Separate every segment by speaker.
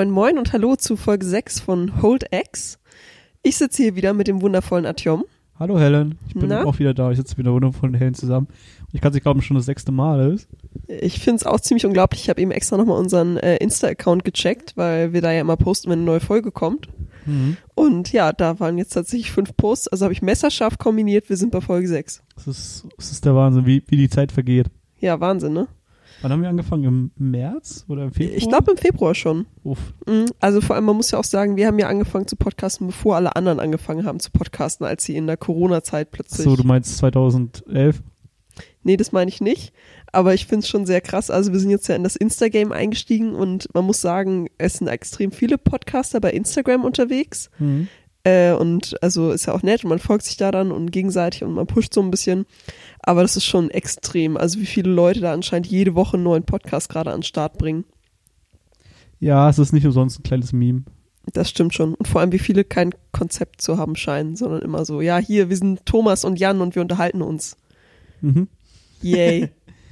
Speaker 1: Moin Moin und hallo zu Folge 6 von Hold X. Ich sitze hier wieder mit dem wundervollen Atjom.
Speaker 2: Hallo Helen, ich bin auch wieder da. Ich sitze wieder wundervollen Helen zusammen. Und ich kann es nicht glauben, dass schon das 6. Mal ist.
Speaker 1: Ich finde es auch ziemlich unglaublich. Ich habe eben extra nochmal unseren Insta-Account gecheckt, weil wir da ja immer posten, wenn eine neue Folge kommt. Mhm. Und ja, da waren jetzt tatsächlich 5 Posts. Also habe ich messerscharf kombiniert. Wir sind bei Folge 6.
Speaker 2: Das ist der Wahnsinn, wie die Zeit vergeht.
Speaker 1: Ja, Wahnsinn, ne?
Speaker 2: Wann haben wir angefangen? Im März oder im Februar?
Speaker 1: Ich glaube im Februar schon.
Speaker 2: Uff.
Speaker 1: Also vor allem, man muss ja auch sagen, wir haben ja angefangen zu podcasten, bevor alle anderen angefangen haben zu podcasten, als sie in der Corona-Zeit plötzlich...
Speaker 2: So, du meinst 2011?
Speaker 1: Nee, das meine ich nicht. Aber ich finde es schon sehr krass. Also wir sind jetzt ja in das Insta-Game eingestiegen und man muss sagen, es sind extrem viele Podcaster bei Instagram unterwegs. Mhm. Und also ist ja auch nett und man folgt sich da dann und gegenseitig und man pusht so ein bisschen. Aber das ist schon extrem. Also wie viele Leute da anscheinend jede Woche einen neuen Podcast gerade an den Start bringen.
Speaker 2: Ja, es ist nicht umsonst ein kleines Meme.
Speaker 1: Das stimmt schon. Und vor allem, wie viele kein Konzept zu haben scheinen, sondern immer so, ja, hier, wir sind Thomas und Jan und wir unterhalten uns. Mhm. Yay.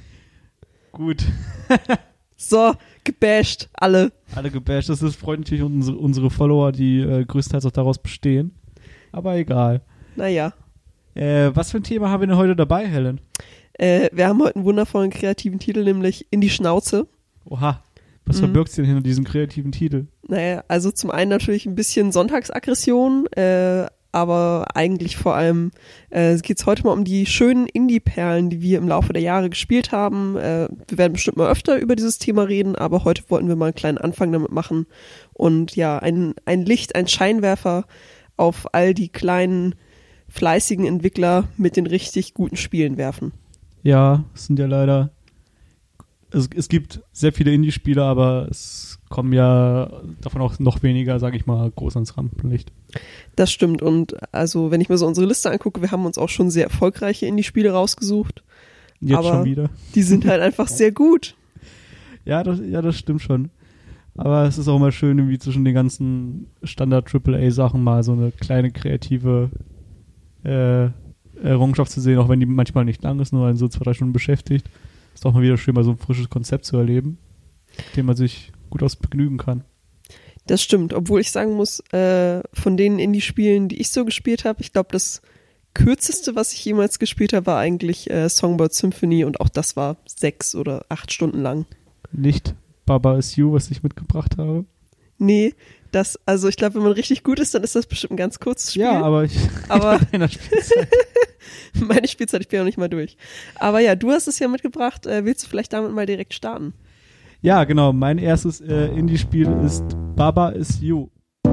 Speaker 2: Gut.
Speaker 1: So, gebasht, alle.
Speaker 2: Alle gebasht. Das freut natürlich unsere Follower, die größtenteils auch daraus bestehen. Aber egal.
Speaker 1: Naja.
Speaker 2: Was für ein Thema haben wir denn heute dabei, Helen?
Speaker 1: Wir haben heute einen wundervollen kreativen Titel, nämlich In die Schnauze.
Speaker 2: Oha. Was verbirgt sich denn hinter diesem kreativen Titel?
Speaker 1: Naja, also zum einen natürlich ein bisschen Sonntagsaggression, aber eigentlich vor allem geht es heute mal um die schönen Indie-Perlen, die wir im Laufe der Jahre gespielt haben. Wir werden bestimmt mal öfter über dieses Thema reden, aber heute wollten wir mal einen kleinen Anfang damit machen und ja, ein Licht, ein Scheinwerfer auf all die kleinen, fleißigen Entwickler mit den richtig guten Spielen werfen.
Speaker 2: Ja, es sind ja leider... Es gibt sehr viele Indie-Spiele, aber es kommen ja davon auch noch weniger, sage ich mal, groß ans Rampenlicht.
Speaker 1: Das stimmt. Und also, wenn ich mir so unsere Liste angucke, wir haben uns auch schon sehr erfolgreiche Indie-Spiele rausgesucht.
Speaker 2: Jetzt
Speaker 1: aber
Speaker 2: schon wieder.
Speaker 1: Die sind halt einfach sehr gut.
Speaker 2: Ja, das stimmt schon. Aber es ist auch immer schön, irgendwie zwischen den ganzen Standard-AAA-Sachen mal so eine kleine kreative Errungenschaft zu sehen, auch wenn die manchmal nicht lang ist, nur in so 2-3 Stunden beschäftigt. Ist auch mal wieder schön, mal so ein frisches Konzept zu erleben, mit dem man sich gut aus begnügen kann.
Speaker 1: Das stimmt, obwohl ich sagen muss, von den Indie-Spielen, die ich so gespielt habe, ich glaube, das kürzeste, was ich jemals gespielt habe, war eigentlich Songbird Symphony und auch das war 6 oder 8 Stunden lang.
Speaker 2: Nicht Baba Is You, was ich mitgebracht habe?
Speaker 1: Nee, also ich glaube, wenn man richtig gut ist, dann ist das bestimmt ein ganz kurzes Spiel.
Speaker 2: Ja, aber
Speaker 1: in der Spielzeit. Meine Spielzeit, ich bin ja noch nicht mal durch. Aber ja, du hast es ja mitgebracht. Willst du vielleicht damit mal direkt starten?
Speaker 2: Ja, genau. Mein erstes Indie-Spiel ist Baba Is You.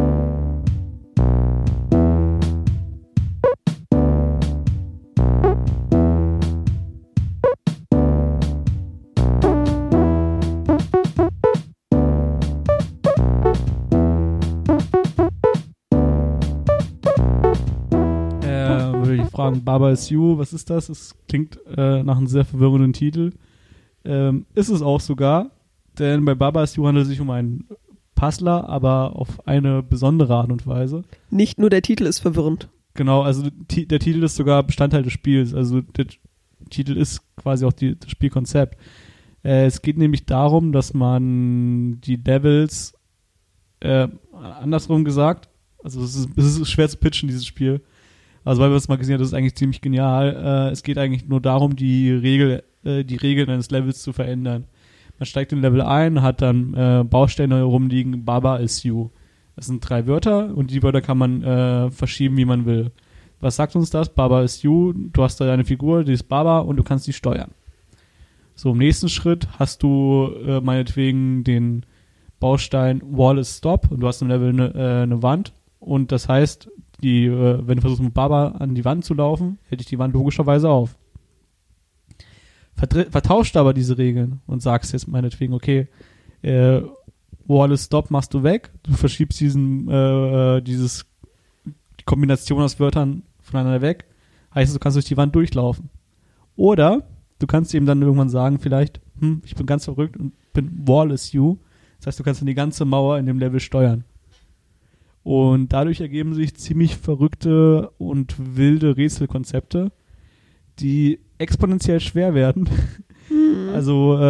Speaker 2: Fragen, Baba Is You, was ist das? Es klingt nach einem sehr verwirrenden Titel. Ist es auch sogar, denn bei Baba Is You handelt es sich um einen Puzzler, aber auf eine besondere Art und Weise.
Speaker 1: Nicht nur der Titel ist verwirrend.
Speaker 2: Genau, also der Titel ist sogar Bestandteil des Spiels, also der Titel ist quasi auch das Spielkonzept. Es geht nämlich darum, dass man die Levels, andersrum gesagt, also es ist schwer zu pitchen, dieses Spiel. Also weil wir es mal gesehen haben, das ist eigentlich ziemlich genial. Es geht eigentlich nur darum, die Regeln eines Levels zu verändern. Man steigt in Level ein, hat dann Bausteine herumliegen, Baba Is You. Das sind 3 Wörter und die Wörter kann man verschieben, wie man will. Was sagt uns das? Baba Is You, du hast da deine Figur, die ist Baba und du kannst die steuern. So, im nächsten Schritt hast du meinetwegen den Baustein Wall is Stop und du hast im Level eine Wand und das heißt, wenn du versuchst mit Baba an die Wand zu laufen, hält dich die Wand logischerweise auf. Vertauscht aber diese Regeln und sagst jetzt meinetwegen, okay, Wall is Stop machst du weg, du verschiebst die Kombination aus Wörtern voneinander weg, heißt es, du kannst durch die Wand durchlaufen. Oder du kannst eben dann irgendwann sagen, vielleicht, ich bin ganz verrückt und bin Wall is You. Das heißt, du kannst dann die ganze Mauer in dem Level steuern. Und dadurch ergeben sich ziemlich verrückte und wilde Rätselkonzepte, die exponentiell schwer werden. Also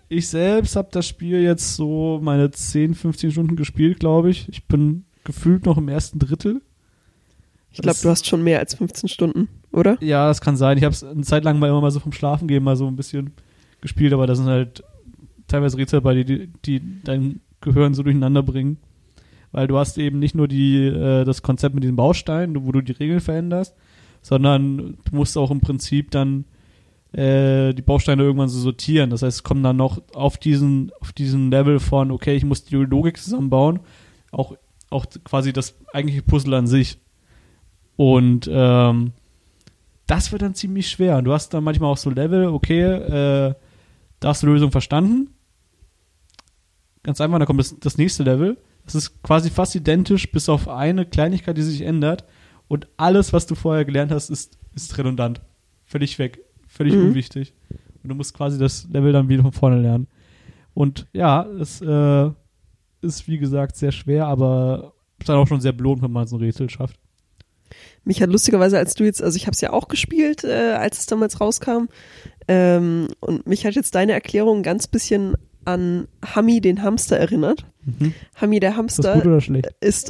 Speaker 2: Ich selbst habe das Spiel jetzt so meine 10, 15 Stunden gespielt, glaube ich. Ich bin gefühlt noch im ersten Drittel.
Speaker 1: Ich glaube, du hast schon mehr als 15 Stunden, oder?
Speaker 2: Ja, das kann sein. Ich habe es eine Zeit lang immer mal so vom Schlafengehen mal so ein bisschen gespielt, aber das sind halt teilweise Rätsel bei die dein Gehirn so durcheinander bringen. Weil du hast eben nicht nur das Konzept mit diesen Bausteinen, wo du die Regeln veränderst, sondern du musst auch im Prinzip dann die Bausteine irgendwann so sortieren. Das heißt, es kommen dann noch auf diesen Level von, okay, ich muss die Logik zusammenbauen, auch quasi das eigentliche Puzzle an sich. Und das wird dann ziemlich schwer. Und du hast dann manchmal auch so Level, okay, da hast du die Lösung verstanden. Ganz einfach, dann kommt das nächste Level. Das ist quasi fast identisch, bis auf eine Kleinigkeit, die sich ändert. Und alles, was du vorher gelernt hast, ist redundant. Völlig weg. Völlig unwichtig. Und du musst quasi das Level dann wieder von vorne lernen. Und ja, es ist wie gesagt sehr schwer, aber dann auch schon sehr belohnt, wenn man so ein Rätsel schafft.
Speaker 1: Mich hat lustigerweise, also ich habe es ja auch gespielt, als es damals rauskam. Und mich hat jetzt deine Erklärung ein ganz bisschen an Hammy, den Hamster, erinnert. Hammy, der Hamster,
Speaker 2: ist das gut oder schlecht?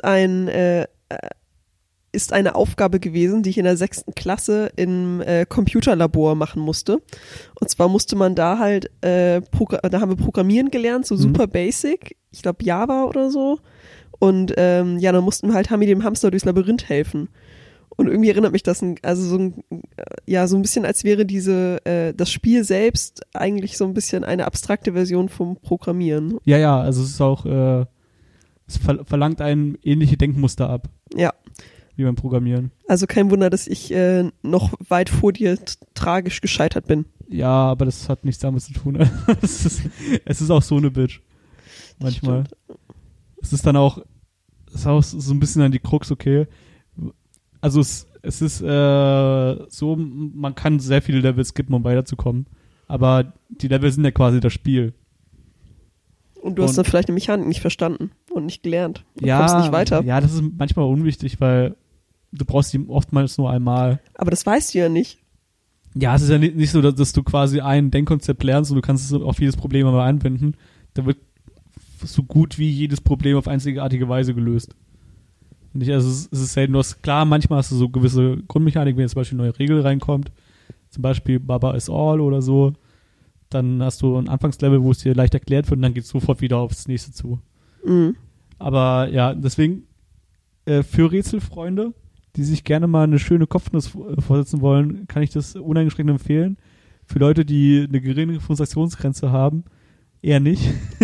Speaker 1: Ist eine Aufgabe gewesen, die ich in der 6. Klasse im Computerlabor machen musste. Und zwar musste man da halt, da haben wir Programmieren gelernt, so super basic, ich glaube Java oder so. Und dann mussten wir halt Hammy dem Hamster durchs Labyrinth helfen. Und irgendwie erinnert mich das so ein bisschen, als wäre das Spiel selbst eigentlich so ein bisschen eine abstrakte Version vom Programmieren.
Speaker 2: Ja, also es ist auch, es verlangt ein ähnliche Denkmuster ab.
Speaker 1: Ja.
Speaker 2: Wie beim Programmieren.
Speaker 1: Also kein Wunder, dass ich noch weit vor dir tragisch gescheitert bin.
Speaker 2: Ja, aber das hat nichts damit zu tun. Es ist auch so eine Bitch. Manchmal. Es ist dann auch, so ein bisschen an die Krux, okay. Also es ist so, man kann sehr viele Levels skippen, um weiterzukommen. Aber die Level sind ja quasi das Spiel.
Speaker 1: Und du hast dann vielleicht eine Mechanik nicht verstanden und nicht gelernt. Und
Speaker 2: ja,
Speaker 1: kommst nicht weiter.
Speaker 2: Ja, das ist manchmal unwichtig, weil du brauchst die oftmals nur einmal.
Speaker 1: Aber das weißt du ja nicht.
Speaker 2: Ja, es ist ja nicht so, dass du quasi ein Denkkonzept lernst und du kannst es auf jedes Problem einmal anwenden. Da wird so gut wie jedes Problem auf einzigartige Weise gelöst. Und also es ist selten, klar, manchmal hast du so gewisse Grundmechaniken, wenn jetzt zum Beispiel eine neue Regel reinkommt, zum Beispiel Baba is all oder so, dann hast du ein Anfangslevel, wo es dir leicht erklärt wird und dann geht es sofort wieder aufs nächste zu.
Speaker 1: Mhm.
Speaker 2: Aber ja, deswegen für Rätselfreunde, die sich gerne mal eine schöne Kopfnuss vorsetzen wollen, kann ich das uneingeschränkt empfehlen. Für Leute, die eine geringe Frustrationsgrenze haben, eher nicht.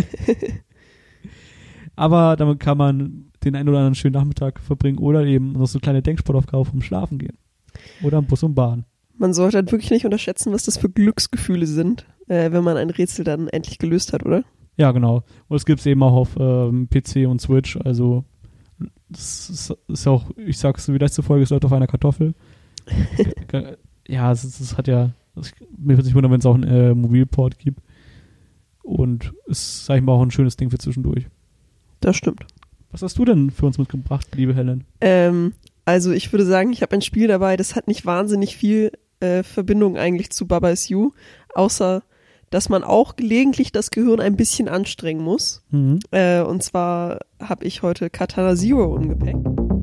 Speaker 2: Aber damit kann man den einen oder anderen schönen Nachmittag verbringen oder eben noch so kleine Denksportaufgabe vom Schlafen gehen. Oder am Bus und Bahn.
Speaker 1: Man sollte halt wirklich nicht unterschätzen, was das für Glücksgefühle sind, wenn man ein Rätsel dann endlich gelöst hat, oder?
Speaker 2: Ja, genau. Und es gibt es eben auch auf PC und Switch. Also das ist auch, ich sag's so wie letzte Folge, es läuft auf einer Kartoffel. Ja, es hat ja, mir würde sich wundern, wenn es auch einen Mobilport gibt. Und es ist, sag ich mal, auch ein schönes Ding für zwischendurch.
Speaker 1: Das stimmt.
Speaker 2: Was hast du denn für uns mitgebracht, liebe Helen?
Speaker 1: Also ich würde sagen, ich habe ein Spiel dabei, das hat nicht wahnsinnig viel Verbindung eigentlich zu Baba Is You, außer dass man auch gelegentlich das Gehirn ein bisschen anstrengen muss.
Speaker 2: Mhm.
Speaker 1: Und zwar habe ich heute Katana Zero im Gepäck.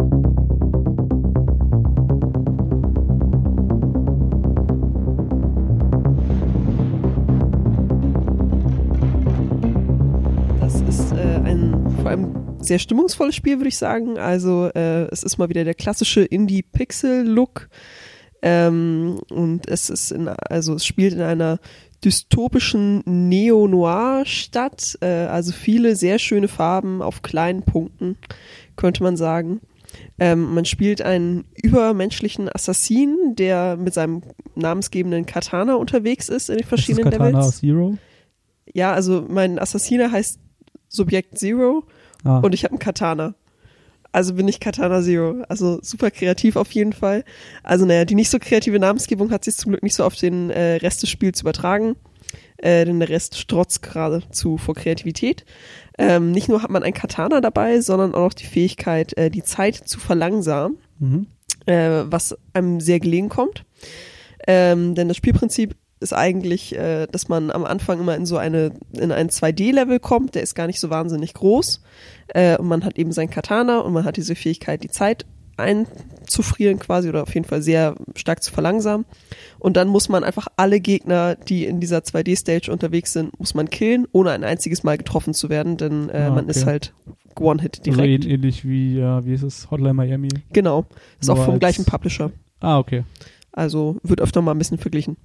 Speaker 1: Das ist ein vor allem sehr stimmungsvolles Spiel, würde ich sagen. Also es ist mal wieder der klassische Indie-Pixel-Look. Und es spielt in einer dystopischen Neo-Noir-Stadt. Also viele sehr schöne Farben auf kleinen Punkten, könnte man sagen. Man spielt einen übermenschlichen Assassinen, der mit seinem namensgebenden Katana unterwegs ist in den verschiedenen
Speaker 2: ist das Katana
Speaker 1: Levels.
Speaker 2: Zero?
Speaker 1: Ja, also mein Assassiner heißt Subjekt Zero und ich habe einen Katana. Also bin ich Katana Zero. Also super kreativ auf jeden Fall. Also die nicht so kreative Namensgebung hat sich zum Glück nicht so auf den Rest des Spiels übertragen. Denn der Rest strotzt geradezu vor Kreativität. Nicht nur hat man ein Katana dabei, sondern auch noch die Fähigkeit, die Zeit zu verlangsamen, was einem sehr gelegen kommt. Denn das Spielprinzip ist eigentlich, dass man am Anfang immer in ein 2D-Level kommt, der ist gar nicht so wahnsinnig groß. Und man hat eben sein Katana und man hat diese Fähigkeit, die Zeit einzufrieren quasi oder auf jeden Fall sehr stark zu verlangsamen. Und dann muss man einfach alle Gegner, die in dieser 2D-Stage unterwegs sind, muss man killen, ohne ein einziges Mal getroffen zu werden, denn man ist halt One-Hit direkt.
Speaker 2: Also ähnlich wie ist es, Hotline Miami?
Speaker 1: Genau, ist auch vom gleichen Publisher.
Speaker 2: Ah, okay.
Speaker 1: Also wird öfter mal ein bisschen verglichen.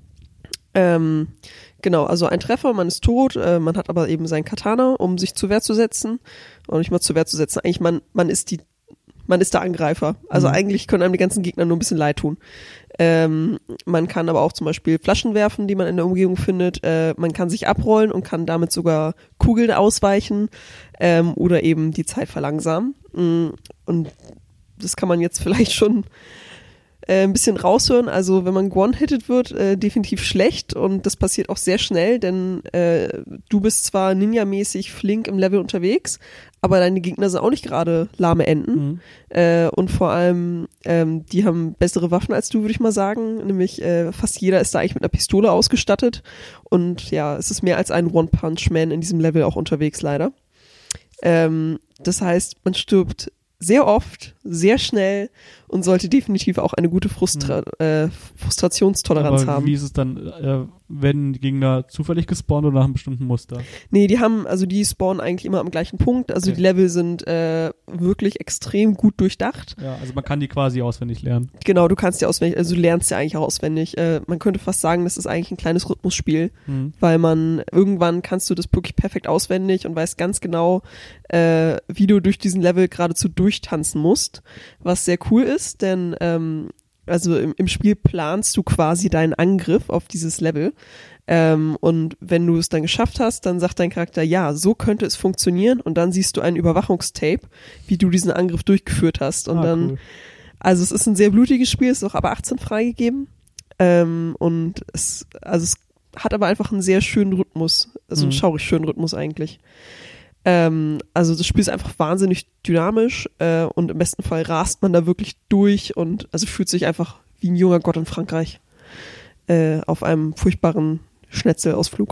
Speaker 1: Genau, also ein Treffer, man ist tot, man hat aber eben sein Katana, um sich zur Wehr zu setzen. Und nicht mal zur Wehr zu setzen, eigentlich man ist der Angreifer. Also eigentlich können einem die ganzen Gegner nur ein bisschen leid tun. Man kann aber auch zum Beispiel Flaschen werfen, die man in der Umgebung findet. Man kann sich abrollen und kann damit sogar Kugeln ausweichen oder eben die Zeit verlangsamen. Und das kann man jetzt vielleicht schon ein bisschen raushören. Also wenn man one-hitted wird, definitiv schlecht und das passiert auch sehr schnell, denn du bist zwar ninja-mäßig flink im Level unterwegs, aber deine Gegner sind auch nicht gerade lahme Enten und vor allem die haben bessere Waffen als du, würde ich mal sagen, nämlich fast jeder ist da eigentlich mit einer Pistole ausgestattet und ja, es ist mehr als ein One-Punch-Man in diesem Level auch unterwegs leider. Das heißt, man stirbt sehr oft, sehr schnell und sollte definitiv auch eine gute Frustrationstoleranz
Speaker 2: Aber
Speaker 1: haben.
Speaker 2: Wie ist es dann, werden die Gegner zufällig gespawnt oder nach einem bestimmten Muster?
Speaker 1: Nee, die spawnen eigentlich immer am gleichen Punkt. Also die Level sind wirklich extrem gut durchdacht.
Speaker 2: Ja, also man kann die quasi auswendig lernen.
Speaker 1: Genau, du kannst die auswendig, also du lernst ja eigentlich auch auswendig. Man könnte fast sagen, das ist eigentlich ein kleines Rhythmusspiel, weil irgendwann kannst du das wirklich perfekt auswendig und weißt ganz genau, wie du durch diesen Level geradezu durchtanzen musst, was sehr cool ist, denn also im Spiel planst du quasi deinen Angriff auf dieses Level und wenn du es dann geschafft hast, dann sagt dein Charakter, ja, so könnte es funktionieren und dann siehst du ein Überwachungstape, wie du diesen Angriff durchgeführt hast und dann, cool. Also es ist ein sehr blutiges Spiel, ist auch ab 18 freigegeben und es hat aber einfach einen sehr schönen Rhythmus, also einen schaurig schönen Rhythmus eigentlich. Also das Spiel ist einfach wahnsinnig dynamisch und im besten Fall rast man da wirklich durch und also fühlt sich einfach wie ein junger Gott in Frankreich auf einem furchtbaren Schnetzelausflug.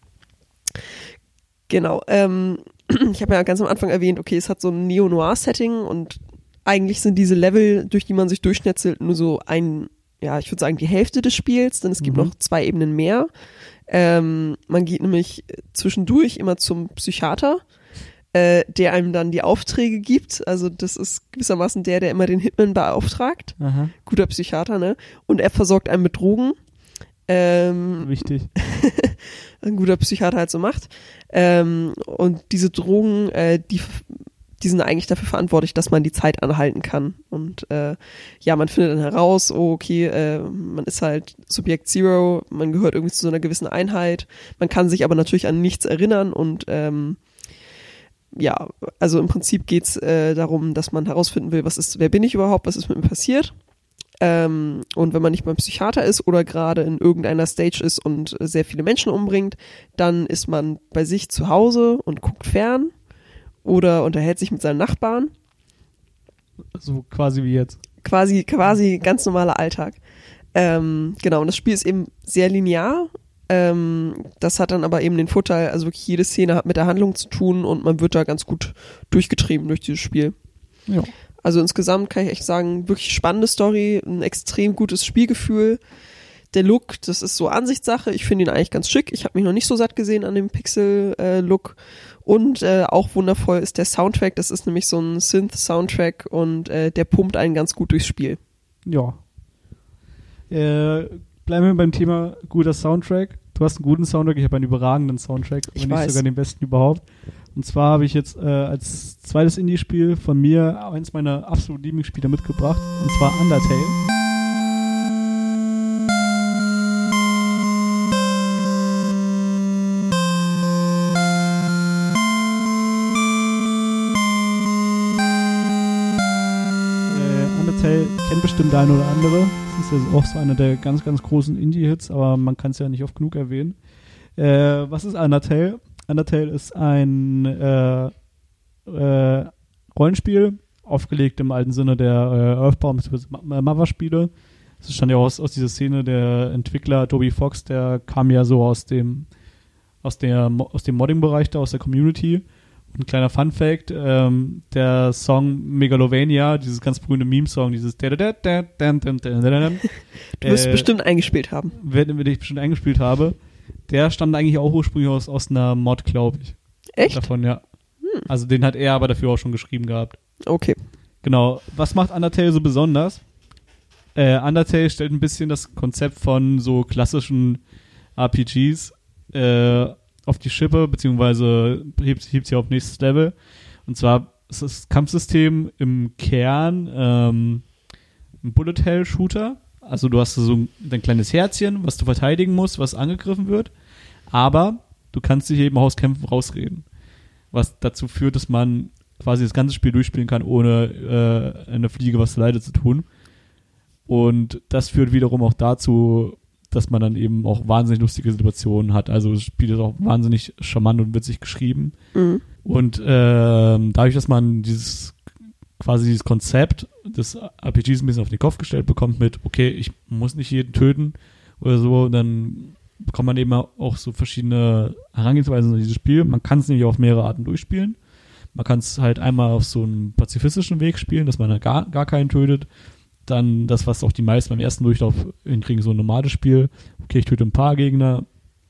Speaker 1: Genau. Ich habe ja ganz am Anfang erwähnt, okay, es hat so ein Neo-Noir-Setting und eigentlich sind diese Level, durch die man sich durchschnetzelt, nur so ich würde sagen, die Hälfte des Spiels, denn es gibt noch 2 Ebenen mehr. Man geht nämlich zwischendurch immer zum Psychiater, der einem dann die Aufträge gibt. Also das ist gewissermaßen der immer den Hitman beauftragt. Aha. Guter Psychiater, ne? Und er versorgt einen mit Drogen.
Speaker 2: Wichtig.
Speaker 1: Ein guter Psychiater halt so macht. Und diese Drogen, die sind eigentlich dafür verantwortlich, dass man die Zeit anhalten kann. Und man findet dann heraus, man ist halt Subjekt Zero, man gehört irgendwie zu so einer gewissen Einheit. Man kann sich aber natürlich an nichts erinnern und also im Prinzip geht's darum, dass man herausfinden will, wer bin ich überhaupt, was ist mit mir passiert. Und wenn man nicht beim Psychiater ist oder gerade in irgendeiner Stage ist und sehr viele Menschen umbringt, dann ist man bei sich zu Hause und guckt fern oder unterhält sich mit seinen Nachbarn.
Speaker 2: So quasi wie jetzt.
Speaker 1: Quasi ganz normaler Alltag. Genau, und das Spiel ist eben sehr linear. Das hat dann aber eben den Vorteil, also wirklich jede Szene hat mit der Handlung zu tun und man wird da ganz gut durchgetrieben durch dieses Spiel.
Speaker 2: Ja.
Speaker 1: Also insgesamt kann ich echt sagen, wirklich spannende Story, ein extrem gutes Spielgefühl. Der Look, das ist so Ansichtssache. Ich finde ihn eigentlich ganz schick. Ich habe mich noch nicht so satt gesehen an dem Pixel-Look. Und auch wundervoll ist der Soundtrack. Das ist nämlich so ein Synth-Soundtrack und der pumpt einen ganz gut durchs Spiel.
Speaker 2: Ja. Bleiben wir beim Thema guter Soundtrack. Du hast einen guten Soundtrack, ich habe einen überragenden Soundtrack, wenn nicht sogar den besten überhaupt. Und zwar habe ich jetzt als zweites Indie-Spiel von mir eins meiner absoluten Lieblingsspiele mitgebracht, und zwar Undertale. Undertale kennt bestimmt der eine oder andere. Das ist ja auch so einer der ganz, ganz großen Indie-Hits, aber man kann es ja nicht oft genug erwähnen. Was ist Undertale? Undertale ist ein Rollenspiel, aufgelegt im alten Sinne der Earthbound bzw. Mother-Spiele. Das stand ja aus dieser Szene, der Entwickler Toby Fox, der kam ja so aus dem Modding-Bereich da, aus der Community. Und ein kleiner Fun-Fact, der Song Megalovania, dieses ganz berühmte Meme-Song, dieses
Speaker 1: Du wirst bestimmt eingespielt haben.
Speaker 2: Wenn ich bestimmt eingespielt habe, der stammt eigentlich auch ursprünglich aus einer Mod, glaube ich.
Speaker 1: Echt?
Speaker 2: Davon, ja. Also den hat er aber dafür auch schon geschrieben gehabt.
Speaker 1: Okay.
Speaker 2: Genau. Was macht Undertale so besonders? Undertale stellt ein bisschen das Konzept von so klassischen RPGs auf die Schippe, beziehungsweise hebt sie auf nächstes Level. Und zwar ist das Kampfsystem im Kern ein Bullet-Hell-Shooter. Also du hast so ein kleines Herzchen, was du verteidigen musst, was angegriffen wird. Aber du kannst dich eben aus Kämpfen rausreden. Was dazu führt, dass man quasi das ganze Spiel durchspielen kann, ohne eine Fliege was zur Leide zu tun. Und das führt wiederum auch dazu, dass man dann eben auch wahnsinnig lustige Situationen hat. Also das Spiel ist auch wahnsinnig charmant und witzig geschrieben. Mhm. Und dadurch, dass man dieses Konzept des RPGs ein bisschen auf den Kopf gestellt bekommt mit, okay, ich muss nicht jeden töten oder so, dann bekommt man eben auch so verschiedene Herangehensweisen an dieses Spiel. Man kann es nämlich auf mehrere Arten durchspielen. Man kann es halt einmal auf so einem pazifistischen Weg spielen, dass man halt gar keinen tötet. Dann das, was auch die meisten beim ersten Durchlauf hinkriegen, so ein normales Spiel. Okay, ich töte ein paar Gegner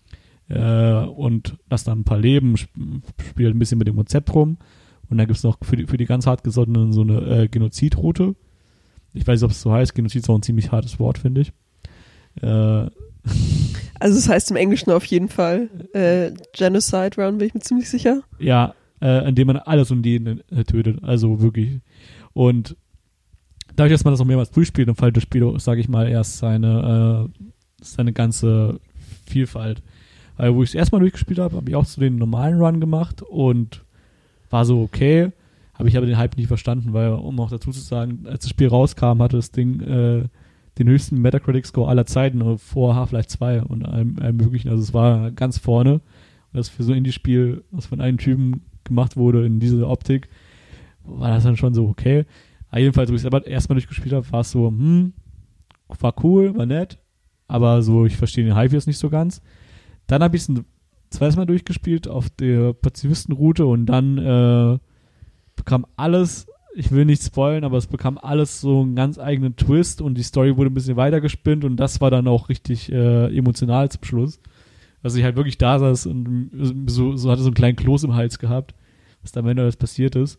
Speaker 2: und lasse dann ein paar leben, spiele ein bisschen mit dem Konzept rum. Und dann gibt es noch für die ganz hartgesottenen so eine Genozidroute. Ich weiß nicht, ob es so heißt. Genozid ist auch ein ziemlich hartes Wort, finde ich.
Speaker 1: Also es heißt im Englischen auf jeden Fall Genocide Run, bin ich mir ziemlich sicher.
Speaker 2: Ja, indem man alles und jeden tötet. Also wirklich. Und dadurch, dass man das auch mehrmals durchspielt, entfaltet das Spiel, sage ich mal, erst seine ganze Vielfalt. Weil wo ich es erstmal durchgespielt habe, habe ich auch so den normalen Run gemacht und war so okay, habe ich aber den Hype nicht verstanden, weil, um auch dazu zu sagen, als das Spiel rauskam, hatte das Ding den höchsten Metacritic-Score aller Zeiten vor Half-Life 2 und allem möglichen. Also es war ganz vorne. Und das für so ein Indie-Spiel, was von einem Typen gemacht wurde in dieser Optik, war das dann schon so okay. Aber jedenfalls, wo ich es aber erstmal durchgespielt habe, war es so, war cool, war nett, aber so, ich verstehe den Hype jetzt nicht so ganz. Dann habe ich es ein zweites Mal durchgespielt auf der Pazifistenroute und dann bekam alles, ich will nicht spoilern, aber es bekam alles so einen ganz eigenen Twist und die Story wurde ein bisschen weitergespinnt und das war dann auch richtig emotional zum Schluss. Also ich halt wirklich da saß und so hatte so einen kleinen Kloß im Hals gehabt, was da am Ende alles passiert ist.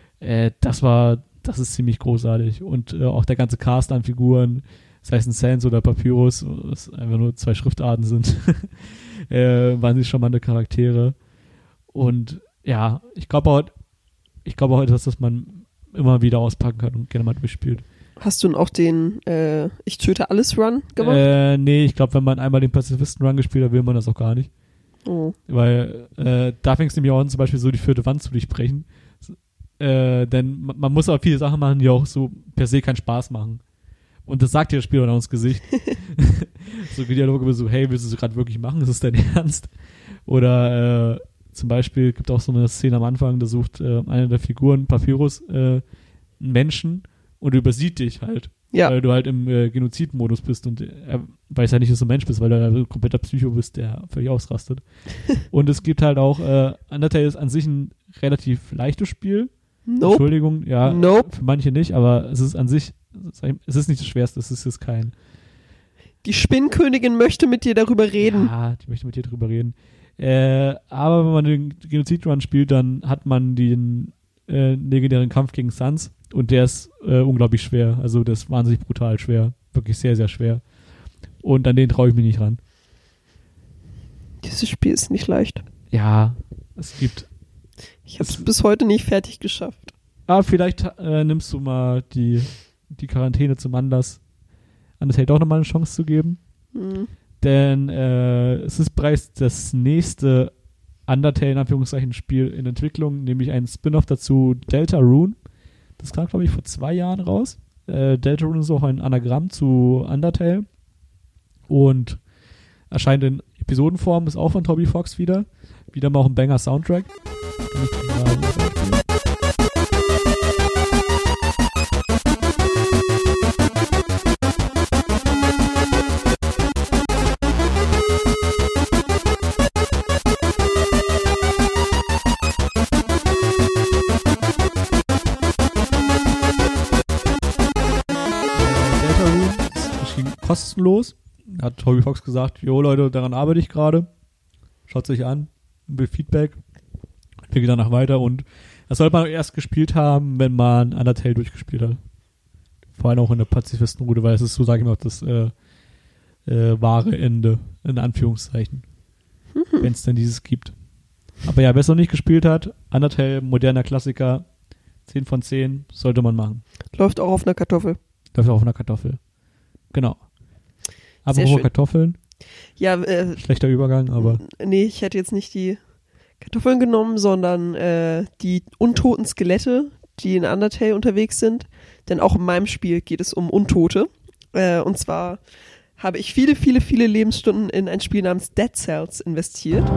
Speaker 2: Das ist ziemlich großartig. Und auch der ganze Cast an Figuren, sei es ein Sans oder Papyrus, was einfach nur 2 Schriftarten sind, wahnsinnig charmante Charaktere. Und ja, ich glaube auch etwas, das man immer wieder auspacken kann und gerne mal durchspielt.
Speaker 1: Hast du denn auch den Ich töte alles Run gemacht?
Speaker 2: Nee, ich glaube, wenn man einmal den Pazifisten-Run gespielt hat, will man das auch gar nicht. Oh. Weil da fängst du nämlich auch an, zum Beispiel so die 4. Wand zu durchbrechen. Denn man muss auch viele Sachen machen, die auch so per se keinen Spaß machen. Und das sagt dir das Spiel auch ins Gesicht. So Dialoge so, hey, willst du das gerade wirklich machen? Ist das dein Ernst? Oder zum Beispiel gibt auch so eine Szene am Anfang, da sucht eine der Figuren, Papyrus, einen Menschen und übersieht dich halt. Ja. Weil du halt im Genozidmodus bist und er weiß ja nicht, dass du ein Mensch bist, weil du ein kompletter Psycho bist, der völlig ausrastet. Und es gibt halt auch, Undertale ist an sich ein relativ leichtes Spiel. Nope. Entschuldigung, ja, nope. Für manche nicht, aber es ist an sich, es ist nicht das Schwerste, es ist jetzt kein.
Speaker 1: Die Spinnkönigin möchte mit dir darüber reden.
Speaker 2: Ja, die möchte mit dir darüber reden. Aber wenn man den Genozid-Run spielt, dann hat man den legendären Kampf gegen Sans und der ist unglaublich schwer. Also der ist wahnsinnig brutal schwer. Wirklich sehr, sehr schwer. Und an den traue ich mich nicht ran.
Speaker 1: Dieses Spiel ist nicht leicht.
Speaker 2: Ja, es gibt.
Speaker 1: Ich habe es bis heute nicht fertig geschafft.
Speaker 2: Aber vielleicht nimmst du mal die Quarantäne zum Anlass, Undertale doch nochmal eine Chance zu geben. Mhm. Denn es ist bereits das nächste Undertale in Anführungszeichen Spiel in Entwicklung, nämlich ein Spin-off dazu, Deltarune. Das kam, glaube ich, vor 2 Jahren raus. Deltarune ist auch ein Anagramm zu Undertale und erscheint in Episodenform, ist auch von Toby Fox wieder. Wieder mal auch ein Banger-Soundtrack. kostenlos. Hat Toby Fox gesagt, jo Leute, daran arbeite ich gerade. Schaut sich an, will Feedback. Wir gehen danach weiter und das sollte man erst gespielt haben, wenn man Undertale durchgespielt hat. Vor allem auch in der Pazifistenroute, weil es ist so, sage ich mal, das wahre Ende, in Anführungszeichen. Wenn es denn dieses gibt. Aber ja, wer es noch nicht gespielt hat, Undertale, moderner Klassiker, 10 von 10, sollte man machen.
Speaker 1: Läuft auch auf einer Kartoffel.
Speaker 2: Läuft auch auf einer Kartoffel. Genau. Aber
Speaker 1: Sehr
Speaker 2: auch
Speaker 1: schön.
Speaker 2: Kartoffeln.
Speaker 1: Ja,
Speaker 2: Schlechter Übergang, aber.
Speaker 1: nee, ich hätte jetzt nicht die Kartoffeln genommen, sondern die untoten Skelette, die in Undertale unterwegs sind. Denn auch in meinem Spiel geht es um Untote. Und zwar habe ich viele, viele, viele Lebensstunden in ein Spiel namens Dead Cells investiert.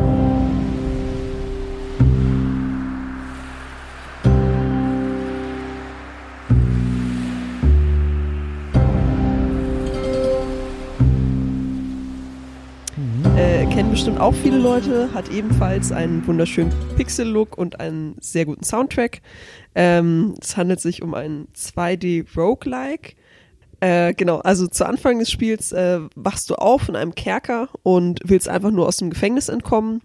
Speaker 1: Kennen bestimmt auch viele Leute, hat ebenfalls einen wunderschönen Pixel-Look und einen sehr guten Soundtrack. Es handelt sich um ein 2D-Roguelike. Genau, also zu Anfang des Spiels wachst du auf in einem Kerker und willst einfach nur aus dem Gefängnis entkommen.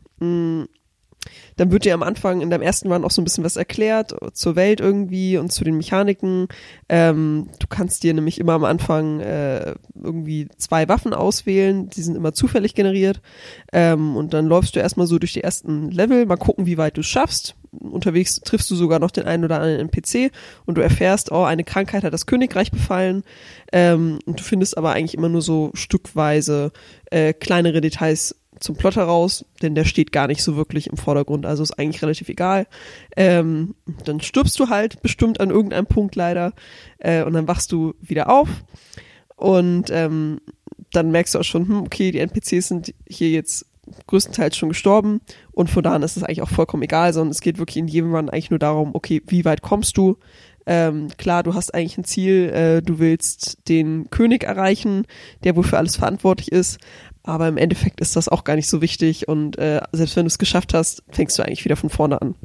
Speaker 1: Dann wird dir am Anfang in deinem ersten Run auch so ein bisschen was erklärt zur Welt irgendwie und zu den Mechaniken. Du kannst dir nämlich immer am Anfang irgendwie 2 Waffen auswählen, die sind immer zufällig generiert. Und dann läufst du erstmal so durch die ersten Level, mal gucken, wie weit du es schaffst. Unterwegs triffst du sogar noch den einen oder anderen NPC und du erfährst, oh, eine Krankheit hat das Königreich befallen. Und du findest aber eigentlich immer nur so stückweise kleinere Details zum Plot heraus, denn der steht gar nicht so wirklich im Vordergrund, also ist eigentlich relativ egal. Dann stirbst du halt bestimmt an irgendeinem Punkt leider und dann wachst du wieder auf und dann merkst du auch schon, okay, die NPCs sind hier jetzt größtenteils schon gestorben und von da an ist es eigentlich auch vollkommen egal, sondern es geht wirklich in jedem Run eigentlich nur darum, okay, wie weit kommst du? Klar, du hast eigentlich ein Ziel, du willst den König erreichen, der wohl für alles verantwortlich ist, aber im Endeffekt ist das auch gar nicht so wichtig und selbst wenn du es geschafft hast, fängst du eigentlich wieder von vorne an.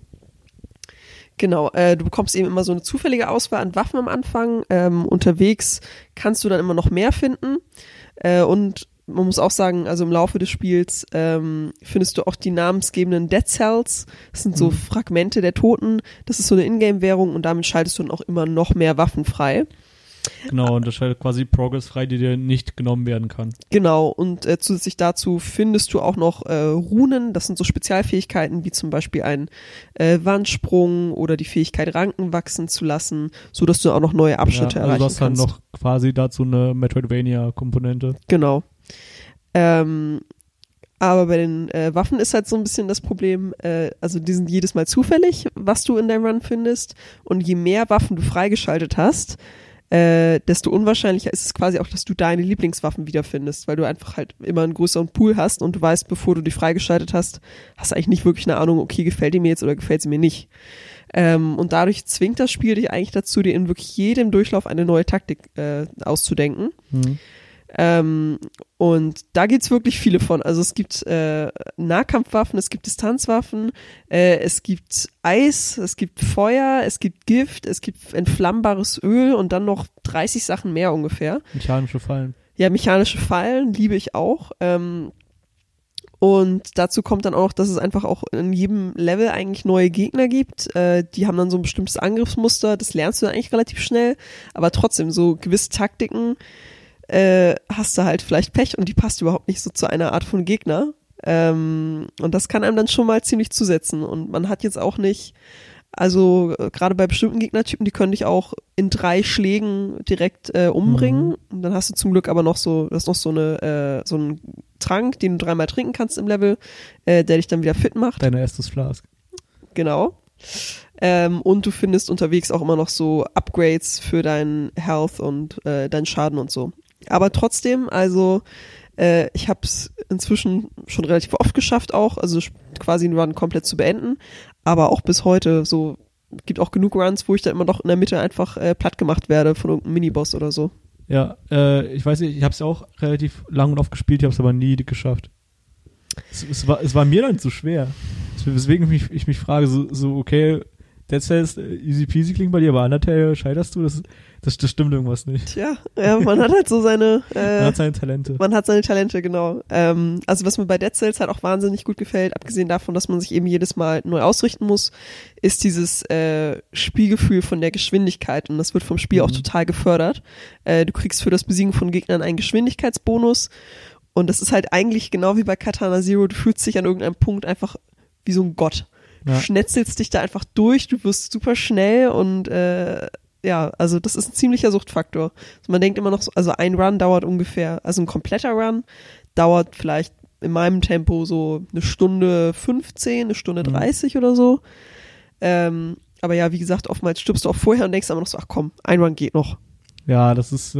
Speaker 1: Genau, du bekommst eben immer so eine zufällige Auswahl an Waffen am Anfang. Unterwegs kannst du dann immer noch mehr finden und man muss auch sagen, also im Laufe des Spiels findest du auch die namensgebenden Dead Cells. Das sind so Fragmente der Toten. Das ist so eine Ingame-Währung und damit schaltest du dann auch immer noch mehr Waffen frei.
Speaker 2: Genau, und das schaltet quasi Progress frei, die dir nicht genommen werden kann.
Speaker 1: Genau, und zusätzlich dazu findest du auch noch Runen. Das sind so Spezialfähigkeiten, wie zum Beispiel ein Wandsprung oder die Fähigkeit, Ranken wachsen zu lassen, sodass du auch noch neue Abschnitte erreichen kannst.
Speaker 2: Also du hast dann noch quasi dazu eine Metroidvania-Komponente.
Speaker 1: Genau. Aber bei den Waffen ist halt so ein bisschen das Problem, also die sind jedes Mal zufällig, was du in deinem Run findest. Und je mehr Waffen du freigeschaltet hast, desto unwahrscheinlicher ist es quasi auch, dass du deine Lieblingswaffen wiederfindest, weil du einfach halt immer einen größeren Pool hast und du weißt, bevor du die freigeschaltet hast, hast du eigentlich nicht wirklich eine Ahnung, okay, gefällt die mir jetzt oder gefällt sie mir nicht. Und dadurch zwingt das Spiel dich eigentlich dazu, dir in wirklich jedem Durchlauf eine neue Taktik auszudenken. Und da gibt's wirklich viele von. Also es gibt Nahkampfwaffen, es gibt Distanzwaffen, es gibt Eis, es gibt Feuer, es gibt Gift, es gibt entflammbares Öl und dann noch 30 Sachen mehr ungefähr.
Speaker 2: Mechanische Fallen.
Speaker 1: Ja, mechanische Fallen liebe ich auch. Und dazu kommt dann auch noch, dass es einfach auch in jedem Level eigentlich neue Gegner gibt. Die haben dann so ein bestimmtes Angriffsmuster, das lernst du dann eigentlich relativ schnell. Aber trotzdem, so gewisse Taktiken hast du halt vielleicht Pech und die passt überhaupt nicht so zu einer Art von Gegner. Und das kann einem dann schon mal ziemlich zusetzen. Und man hat jetzt auch nicht, also gerade bei bestimmten Gegnertypen, die können dich auch in 3 Schlägen direkt umbringen. Und dann hast du zum Glück aber noch so, das ist noch so einen Trank, den du 3-mal trinken kannst im Level, der dich dann wieder fit macht.
Speaker 2: Dein erstes Flask.
Speaker 1: Genau. Und du findest unterwegs auch immer noch so Upgrades für deinen Health und deinen Schaden und so. Aber trotzdem, also ich habe es inzwischen schon relativ oft geschafft auch, also quasi einen Run komplett zu beenden, aber auch bis heute so, gibt auch genug Runs, wo ich dann immer noch in der Mitte einfach platt gemacht werde von irgendeinem Miniboss oder so.
Speaker 2: Ja, ich weiß nicht, ich habe es ja auch relativ lang und oft gespielt, ich habe es aber nie geschafft. Es war mir dann zu schwer. Weswegen ich mich frage, so okay, Dead Cells easy peasy klingt bei dir, aber Undertale scheiterst du, das stimmt irgendwas nicht.
Speaker 1: Tja, ja, man hat halt so seine
Speaker 2: Man hat seine Talente.
Speaker 1: Man hat seine Talente, genau. Also was mir bei Dead Cells halt auch wahnsinnig gut gefällt, abgesehen davon, dass man sich eben jedes Mal neu ausrichten muss, ist dieses Spielgefühl von der Geschwindigkeit, und das wird vom Spiel auch total gefördert. Du kriegst für das Besiegen von Gegnern einen Geschwindigkeitsbonus, und das ist halt eigentlich genau wie bei Katana Zero, du fühlst dich an irgendeinem Punkt einfach wie so ein Gott. Du schnetzelst dich da einfach durch, du wirst super schnell, und ja, also das ist ein ziemlicher Suchtfaktor. Also man denkt immer noch so, also ein Run dauert ungefähr, also ein kompletter Run dauert vielleicht in meinem Tempo so 1:15, 1:30 oder so. Aber ja, wie gesagt, oftmals stirbst du auch vorher und denkst aber noch so, ach komm, ein Run geht noch.
Speaker 2: Ja, das ist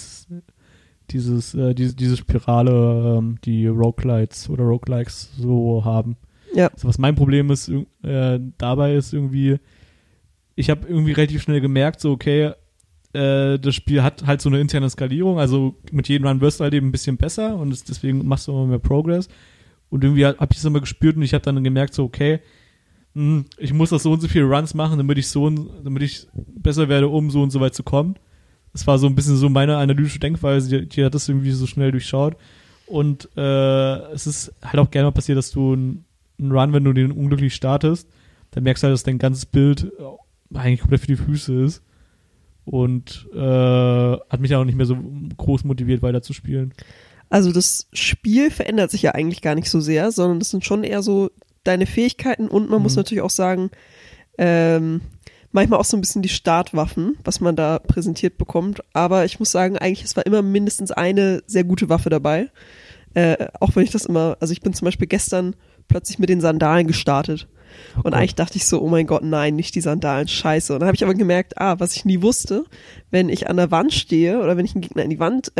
Speaker 2: diese Spirale, die Roguelites oder Roguelikes so haben.
Speaker 1: Ja.
Speaker 2: Also was mein Problem ist, dabei ist irgendwie, ich habe irgendwie relativ schnell gemerkt, so okay, das Spiel hat halt so eine interne Skalierung, also mit jedem Run wirst du halt eben ein bisschen besser, und deswegen machst du immer mehr Progress, und irgendwie habe ich das immer gespürt, und ich habe dann gemerkt, so okay, ich muss das so und so viele Runs machen, damit ich besser werde, um so und so weit zu kommen. Das war so ein bisschen so meine analytische Denkweise, die hat das irgendwie so schnell durchschaut, und es ist halt auch gerne mal passiert, dass du einen Run, wenn du den unglücklich startest, dann merkst du halt, dass dein ganzes Bild eigentlich komplett für die Füße ist, und hat mich auch nicht mehr so groß motiviert, weiterzuspielen.
Speaker 1: Also das Spiel verändert sich ja eigentlich gar nicht so sehr, sondern das sind schon eher so deine Fähigkeiten, und man muss natürlich auch sagen, manchmal auch so ein bisschen die Startwaffen, was man da präsentiert bekommt, aber ich muss sagen, eigentlich es war immer mindestens eine sehr gute Waffe dabei, auch wenn ich das immer, also ich bin zum Beispiel gestern plötzlich mit den Sandalen gestartet. Und eigentlich dachte ich so, oh mein Gott, nein, nicht die Sandalen, scheiße. Und dann habe ich aber gemerkt, was ich nie wusste, wenn ich an der Wand stehe oder wenn ich einen Gegner in die Wand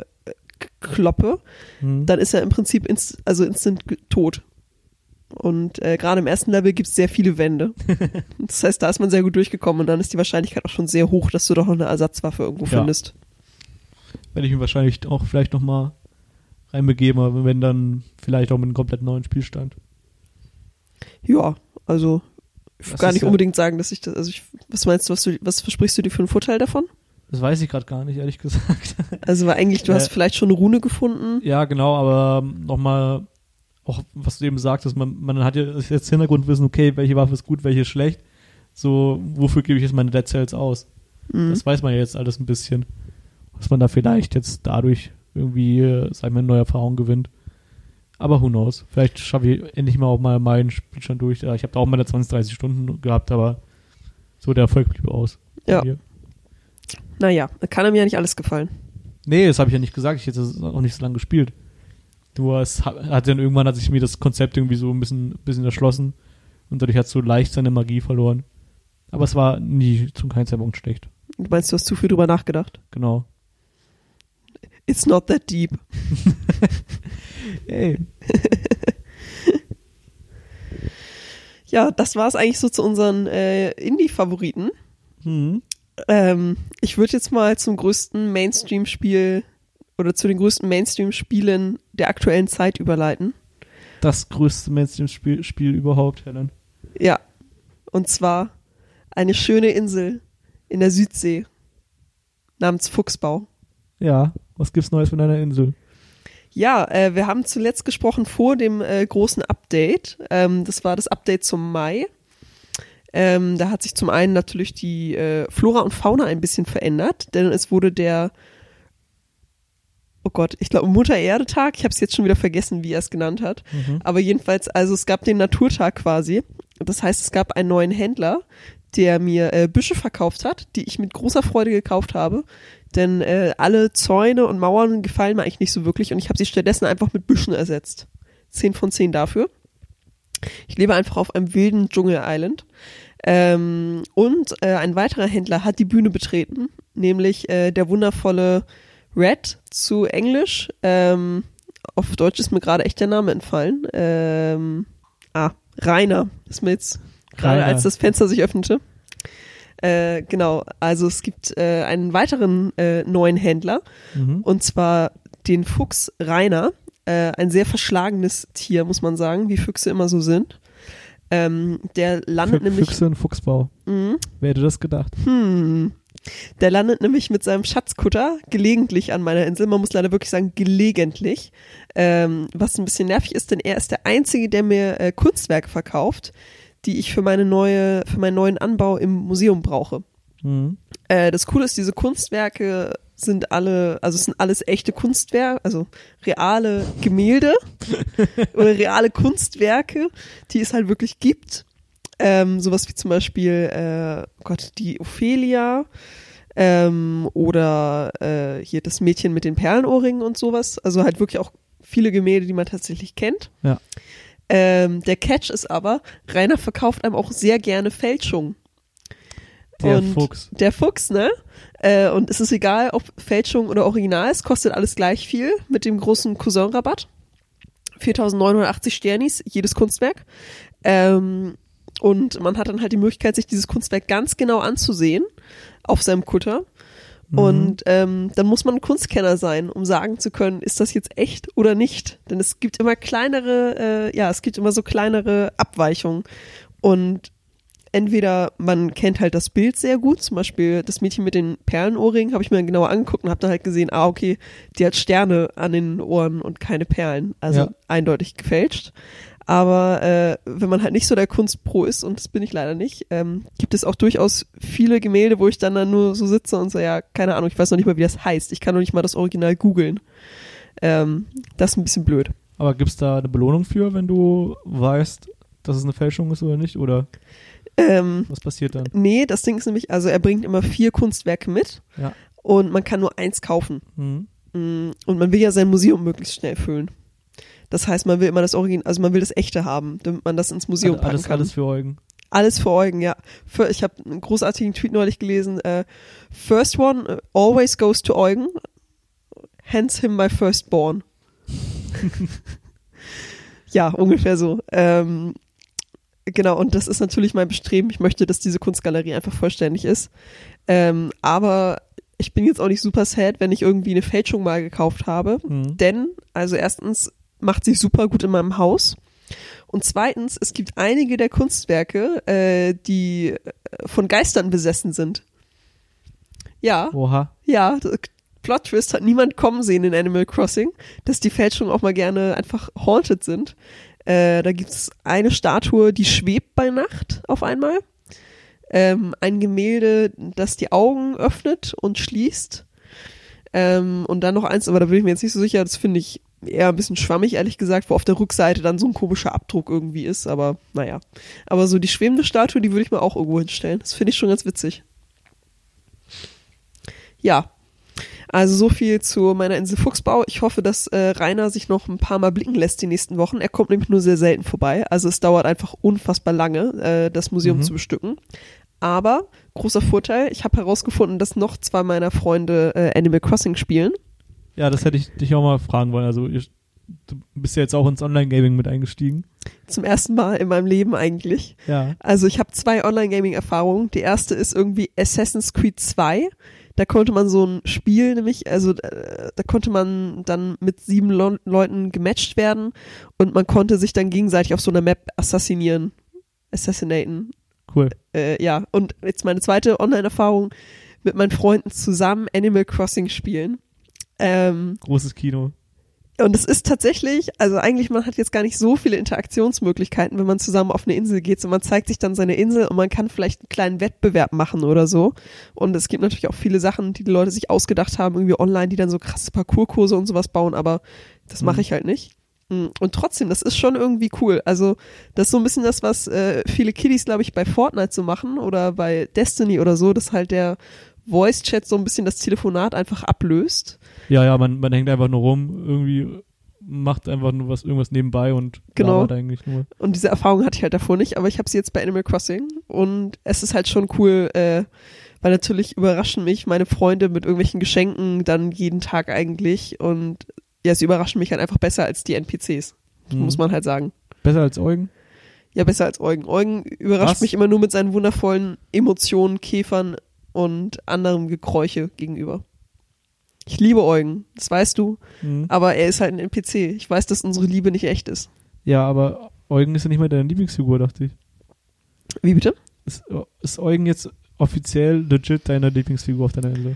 Speaker 1: kloppe, dann ist er im Prinzip instant tot. Und gerade im ersten Level gibt es sehr viele Wände. Das heißt, da ist man sehr gut durchgekommen, und dann ist die Wahrscheinlichkeit auch schon sehr hoch, dass du doch noch eine Ersatzwaffe irgendwo findest.
Speaker 2: Werde ich mir wahrscheinlich auch vielleicht nochmal reinbegeben, aber wenn dann vielleicht auch mit einem komplett neuen Spielstand.
Speaker 1: Ja, also ich will gar nicht unbedingt sagen, dass ich das, also was meinst du, was versprichst du dir für einen Vorteil davon?
Speaker 2: Das weiß ich gerade gar nicht, ehrlich gesagt.
Speaker 1: Also weil eigentlich, du hast vielleicht schon eine Rune gefunden.
Speaker 2: Ja, genau, aber nochmal, auch was du eben sagtest, man hat ja jetzt Hintergrundwissen, okay, welche Waffe ist gut, welche ist schlecht, so, wofür gebe ich jetzt meine Dead Cells aus? Das weiß man ja jetzt alles ein bisschen, was man da vielleicht jetzt dadurch irgendwie, sag ich mal, eine neue Erfahrung gewinnt. Aber who knows? Vielleicht schaffe ich endlich mal auch mal meinen Spielstand durch. Ich habe da auch meine 20, 30 Stunden gehabt, aber so der Erfolg blieb aus.
Speaker 1: Ja. Naja, kann einem ja nicht alles gefallen.
Speaker 2: Nee, das habe ich ja nicht gesagt. Ich hätte das auch nicht so lange gespielt. Nur es hat sich mir das Konzept irgendwie so ein bisschen erschlossen, und dadurch hat es so leicht seine Magie verloren. Aber es war nie zum keinen Zeitpunkt schlecht.
Speaker 1: Du meinst, du hast zu viel drüber nachgedacht?
Speaker 2: Genau.
Speaker 1: It's not that deep.
Speaker 2: Hey.
Speaker 1: Ja, das war es eigentlich so zu unseren Indie-Favoriten. Ich würde jetzt mal zum größten Mainstream-Spiel oder zu den größten Mainstream-Spielen der aktuellen Zeit überleiten.
Speaker 2: Das größte Mainstream-Spiel überhaupt, Helen.
Speaker 1: Ja, und zwar eine schöne Insel in der Südsee namens Fuchsbau.
Speaker 2: Ja, was gibt's Neues von deiner Insel?
Speaker 1: Ja, wir haben zuletzt gesprochen vor dem großen Update. Das war das Update zum Mai. Da hat sich zum einen natürlich die Flora und Fauna ein bisschen verändert, denn es wurde ich glaube Mutter Erde Tag, ich habe es jetzt schon wieder vergessen, wie er es genannt hat, aber jedenfalls, also es gab den Naturtag quasi, das heißt, es gab einen neuen Händler, der mir Büsche verkauft hat, die ich mit großer Freude gekauft habe, denn alle Zäune und Mauern gefallen mir eigentlich nicht so wirklich, und ich habe sie stattdessen einfach mit Büschen ersetzt. 10 von 10 dafür. Ich lebe einfach auf einem wilden Dschungel-Island. Und ein weiterer Händler hat die Bühne betreten, nämlich der wundervolle Red zu Englisch. Auf Deutsch ist mir gerade echt der Name entfallen. Rainer ist mir jetzt gerade, als das Fenster sich öffnete. Genau, also es gibt einen weiteren neuen Händler, und zwar den Fuchs Rainer. Ein sehr verschlagenes Tier, muss man sagen, wie Füchse immer so sind. Der landet nämlich...
Speaker 2: Füchse und Fuchsbau. Wer hätte das gedacht?
Speaker 1: Der landet nämlich mit seinem Schatzkutter gelegentlich an meiner Insel. Man muss leider wirklich sagen, gelegentlich. Was ein bisschen nervig ist, denn er ist der Einzige, der mir Kunstwerke verkauft, die ich für meinen neuen Anbau im Museum brauche. Das Coole ist, diese Kunstwerke sind es sind alles echte Kunstwerke, also reale Gemälde oder reale Kunstwerke, die es halt wirklich gibt. Sowas wie zum Beispiel, die Ophelia oder hier das Mädchen mit den Perlenohrringen und sowas. Also halt wirklich auch viele Gemälde, die man tatsächlich kennt.
Speaker 2: Ja.
Speaker 1: Der Catch ist aber, Rainer verkauft einem auch sehr gerne Fälschungen. Der Fuchs, ne? Und es ist egal, ob Fälschung oder Original, es kostet alles gleich viel mit dem großen Cousin-Rabatt. 4.980 Sternis, jedes Kunstwerk. Und man hat dann halt die Möglichkeit, sich dieses Kunstwerk ganz genau anzusehen auf seinem Kutter. Und dann muss man ein Kunstkenner sein, um sagen zu können, ist das jetzt echt oder nicht? Denn es gibt immer so kleinere Abweichungen. Und entweder man kennt halt das Bild sehr gut, zum Beispiel das Mädchen mit den Perlenohrringen habe ich mir dann genauer angeguckt und habe dann halt gesehen, okay, die hat Sterne an den Ohren und keine Perlen. Also eindeutig gefälscht. Aber wenn man halt nicht so der Kunstpro ist, und das bin ich leider nicht, gibt es auch durchaus viele Gemälde, wo ich dann nur so sitze und so, ja, keine Ahnung, ich weiß noch nicht mal, wie das heißt. Ich kann noch nicht mal das Original googeln. Das ist ein bisschen blöd.
Speaker 2: Aber gibt's da eine Belohnung für, wenn du weißt, dass es eine Fälschung ist oder nicht? Oder was passiert dann?
Speaker 1: Nee, das Ding ist nämlich, also er bringt immer 4 Kunstwerke mit und man kann nur 1 kaufen. Und man will ja sein Museum möglichst schnell füllen. Das heißt, man will immer das Original, also man will das Echte haben, damit man das ins Museum packen kann.
Speaker 2: Alles für Eugen.
Speaker 1: Alles für Eugen, ja. Ich habe einen großartigen Tweet neulich gelesen. First one always goes to Eugen. Hence him my firstborn. Ja, ungefähr so. Genau, und das ist natürlich mein Bestreben. Ich möchte, dass diese Kunstgalerie einfach vollständig ist. Aber ich bin jetzt auch nicht super sad, wenn ich irgendwie eine Fälschung mal gekauft habe. Denn, also erstens, macht sich super gut in meinem Haus. Und zweitens, es gibt einige der Kunstwerke, die von Geistern besessen sind. Ja.
Speaker 2: Oha.
Speaker 1: Ja, Plot-Twist hat niemand kommen sehen in Animal Crossing, dass die Fälschungen auch mal gerne einfach haunted sind. Da gibt's eine Statue, die schwebt bei Nacht auf einmal. Ein Gemälde, das die Augen öffnet und schließt. Und dann noch eins, aber da bin ich mir jetzt nicht so sicher, das finde ich eher ein bisschen schwammig, ehrlich gesagt, wo auf der Rückseite dann so ein komischer Abdruck irgendwie ist, aber naja. Aber so die schwebende Statue, die würde ich mir auch irgendwo hinstellen. Das finde ich schon ganz witzig. Ja, also so viel zu meiner Insel Fuchsbau. Ich hoffe, dass Rainer sich noch ein paar Mal blicken lässt die nächsten Wochen. Er kommt nämlich nur sehr selten vorbei. Also es dauert einfach unfassbar lange, das Museum zu bestücken. Aber, großer Vorteil, ich habe herausgefunden, dass noch 2 meiner Freunde Animal Crossing spielen.
Speaker 2: Ja, das hätte ich dich auch mal fragen wollen. Also du bist ja jetzt auch ins Online-Gaming mit eingestiegen.
Speaker 1: Zum ersten Mal in meinem Leben eigentlich.
Speaker 2: Ja.
Speaker 1: Also ich habe 2 Online-Gaming-Erfahrungen. Die erste ist irgendwie Assassin's Creed 2. Da konnte man so ein Spiel nämlich, also da konnte man dann mit 7 Leuten gematcht werden und man konnte sich dann gegenseitig auf so einer Map assassinaten.
Speaker 2: Cool.
Speaker 1: Ja, und jetzt meine zweite Online-Erfahrung mit meinen Freunden zusammen Animal Crossing spielen.
Speaker 2: Großes Kino.
Speaker 1: Und es ist tatsächlich, also eigentlich, man hat jetzt gar nicht so viele Interaktionsmöglichkeiten, wenn man zusammen auf eine Insel geht. So, man zeigt sich dann seine Insel und man kann vielleicht einen kleinen Wettbewerb machen oder so. Und es gibt natürlich auch viele Sachen, die Leute sich ausgedacht haben, irgendwie online, die dann so krasse Parkourkurse und sowas bauen, aber das mache ich halt nicht. Und trotzdem, das ist schon irgendwie cool. Also das ist so ein bisschen das, was viele Kiddies, glaube ich, bei Fortnite so machen oder bei Destiny oder so, dass halt der Voice-Chat so ein bisschen das Telefonat einfach ablöst.
Speaker 2: Ja, man hängt einfach nur rum, irgendwie macht einfach nur irgendwas nebenbei und labert eigentlich nur.
Speaker 1: Und diese Erfahrung hatte ich halt davor nicht, aber ich habe sie jetzt bei Animal Crossing und es ist halt schon cool, weil natürlich überraschen mich meine Freunde mit irgendwelchen Geschenken dann jeden Tag eigentlich und ja, sie überraschen mich halt einfach besser als die NPCs, muss man halt sagen.
Speaker 2: Besser als Eugen?
Speaker 1: Ja, besser als Eugen. Eugen überrascht mich immer nur mit seinen wundervollen Emotionen, Käfern und anderem Gekräuche gegenüber. Ich liebe Eugen, das weißt du, aber er ist halt ein NPC. Ich weiß, dass unsere Liebe nicht echt ist.
Speaker 2: Ja, aber Eugen ist ja nicht mehr deine Lieblingsfigur, dachte ich.
Speaker 1: Wie bitte?
Speaker 2: Ist Eugen jetzt offiziell legit deine Lieblingsfigur auf deiner Insel?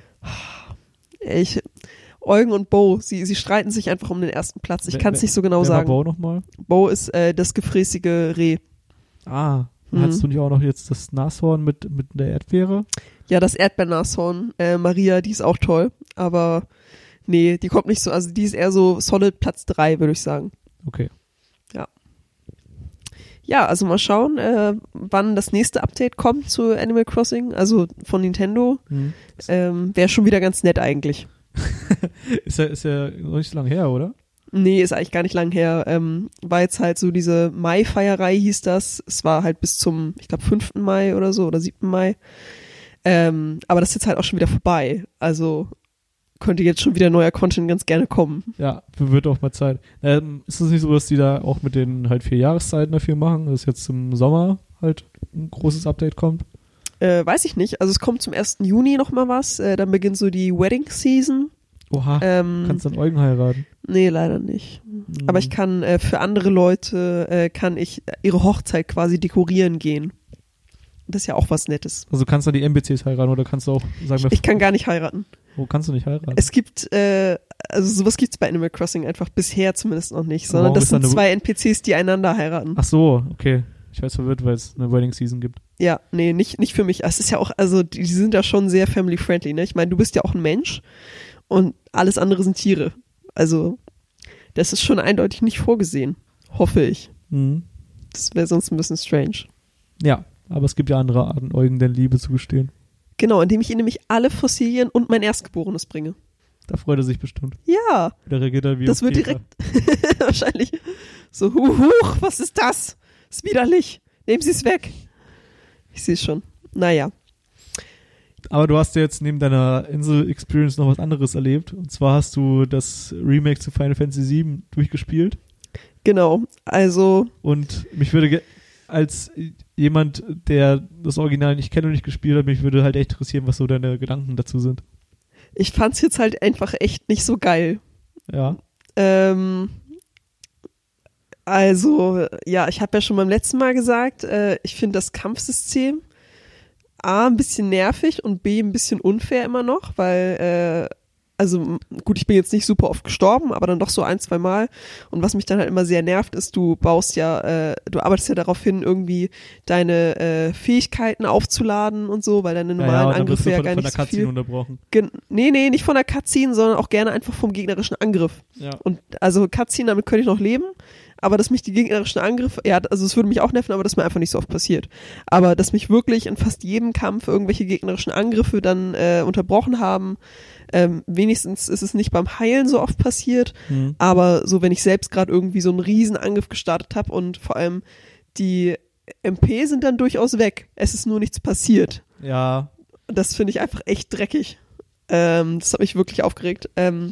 Speaker 1: Eugen und Bo, sie streiten sich einfach um den ersten Platz. Ich kann es nicht so genau sagen.
Speaker 2: Bo nochmal?
Speaker 1: Bo ist das gefräßige Reh.
Speaker 2: Hattest du nicht auch noch jetzt das Nashorn mit der Erdbeere?
Speaker 1: Ja, das Erdbeernashorn. Maria, die ist auch toll. Aber nee, die kommt nicht so, also die ist eher so solid Platz 3, würde ich sagen.
Speaker 2: Okay.
Speaker 1: Ja. Ja, also mal schauen, wann das nächste Update kommt zu Animal Crossing, also von Nintendo. Wäre schon wieder ganz nett eigentlich.
Speaker 2: Ist ja noch nicht so lange her, oder?
Speaker 1: Nee, ist eigentlich gar nicht lang her. War jetzt halt so diese Mai-Feierei hieß das. Es war halt bis zum, ich glaube, 5. Mai oder so oder 7. Mai. Aber das ist jetzt halt auch schon wieder vorbei. Also könnte jetzt schon wieder neuer Content ganz gerne kommen.
Speaker 2: Ja, wird auch mal Zeit. Ist es nicht so, dass die da auch mit den halt 4 Jahreszeiten dafür machen, dass jetzt im Sommer halt ein großes Update kommt?
Speaker 1: Weiß ich nicht. Also es kommt zum 1. Juni noch mal was. Dann beginnt so die Wedding Season.
Speaker 2: Oha, kannst du dann Eugen heiraten?
Speaker 1: Nee, leider nicht. Aber ich kann für andere Leute kann ich ihre Hochzeit quasi dekorieren gehen. Das ist ja auch was Nettes.
Speaker 2: Also kannst du die NPCs heiraten oder kannst du auch sagen
Speaker 1: ich kann gar nicht heiraten.
Speaker 2: Wo kannst du nicht heiraten?
Speaker 1: Es gibt, also sowas gibt's bei Animal Crossing einfach bisher zumindest noch nicht, sondern das sind 2 NPCs, die einander heiraten.
Speaker 2: Ach so, okay. Ich weiß verwirrt, weil es eine Wedding Season gibt.
Speaker 1: Ja, nee, nicht für mich. Es ist ja auch, also die sind da schon sehr family friendly, ne? Ich meine, du bist ja auch ein Mensch und alles andere sind Tiere. Also das ist schon eindeutig nicht vorgesehen, hoffe ich. Das wäre sonst ein bisschen strange.
Speaker 2: Ja, aber es gibt ja andere Arten, Eugen denn Liebe zu gestehen.
Speaker 1: Genau, indem ich ihm nämlich alle Fossilien und mein Erstgeborenes bringe.
Speaker 2: Da freut er sich bestimmt.
Speaker 1: Ja.
Speaker 2: Da reagiert er wie
Speaker 1: das wird direkt wahrscheinlich so, huch, was ist das? Ist widerlich. Nehmen Sie es weg. Ich sehe es schon. Naja.
Speaker 2: Aber du hast ja jetzt neben deiner Insel-Experience noch was anderes erlebt. Und zwar hast du das Remake zu Final Fantasy VII durchgespielt.
Speaker 1: Genau, also.
Speaker 2: Und mich würde als jemand, der das Original nicht kennt und nicht gespielt hat, mich würde halt echt interessieren, was so deine Gedanken dazu sind.
Speaker 1: Ich fand's jetzt halt einfach echt nicht so geil.
Speaker 2: Ja.
Speaker 1: Also, ja, ich habe ja schon beim letzten Mal gesagt, ich finde das Kampfsystem A, ein bisschen nervig und B, ein bisschen unfair immer noch, weil, also gut, ich bin jetzt nicht super oft gestorben, aber dann doch so 1-2 Mal. Und was mich dann halt immer sehr nervt, ist, du arbeitest ja darauf hin, irgendwie deine Fähigkeiten aufzuladen und so, weil deine normalen Angriffe ja gar nicht so viel. Von der Cutscene
Speaker 2: unterbrochen.
Speaker 1: Nee, nicht von der Cutscene, sondern auch gerne einfach vom gegnerischen Angriff.
Speaker 2: Ja.
Speaker 1: Und also Cutscene, damit könnte ich noch leben. Aber dass mich die gegnerischen Angriffe, ja, also es würde mich auch nerven, aber das ist mir einfach nicht so oft passiert. Aber dass mich wirklich in fast jedem Kampf irgendwelche gegnerischen Angriffe dann unterbrochen haben, wenigstens ist es nicht beim Heilen so oft passiert, aber so, wenn ich selbst gerade irgendwie so einen riesen Angriff gestartet habe und vor allem die MP sind dann durchaus weg. Es ist nur nichts passiert.
Speaker 2: Ja.
Speaker 1: Das finde ich einfach echt dreckig. Das hat mich wirklich aufgeregt.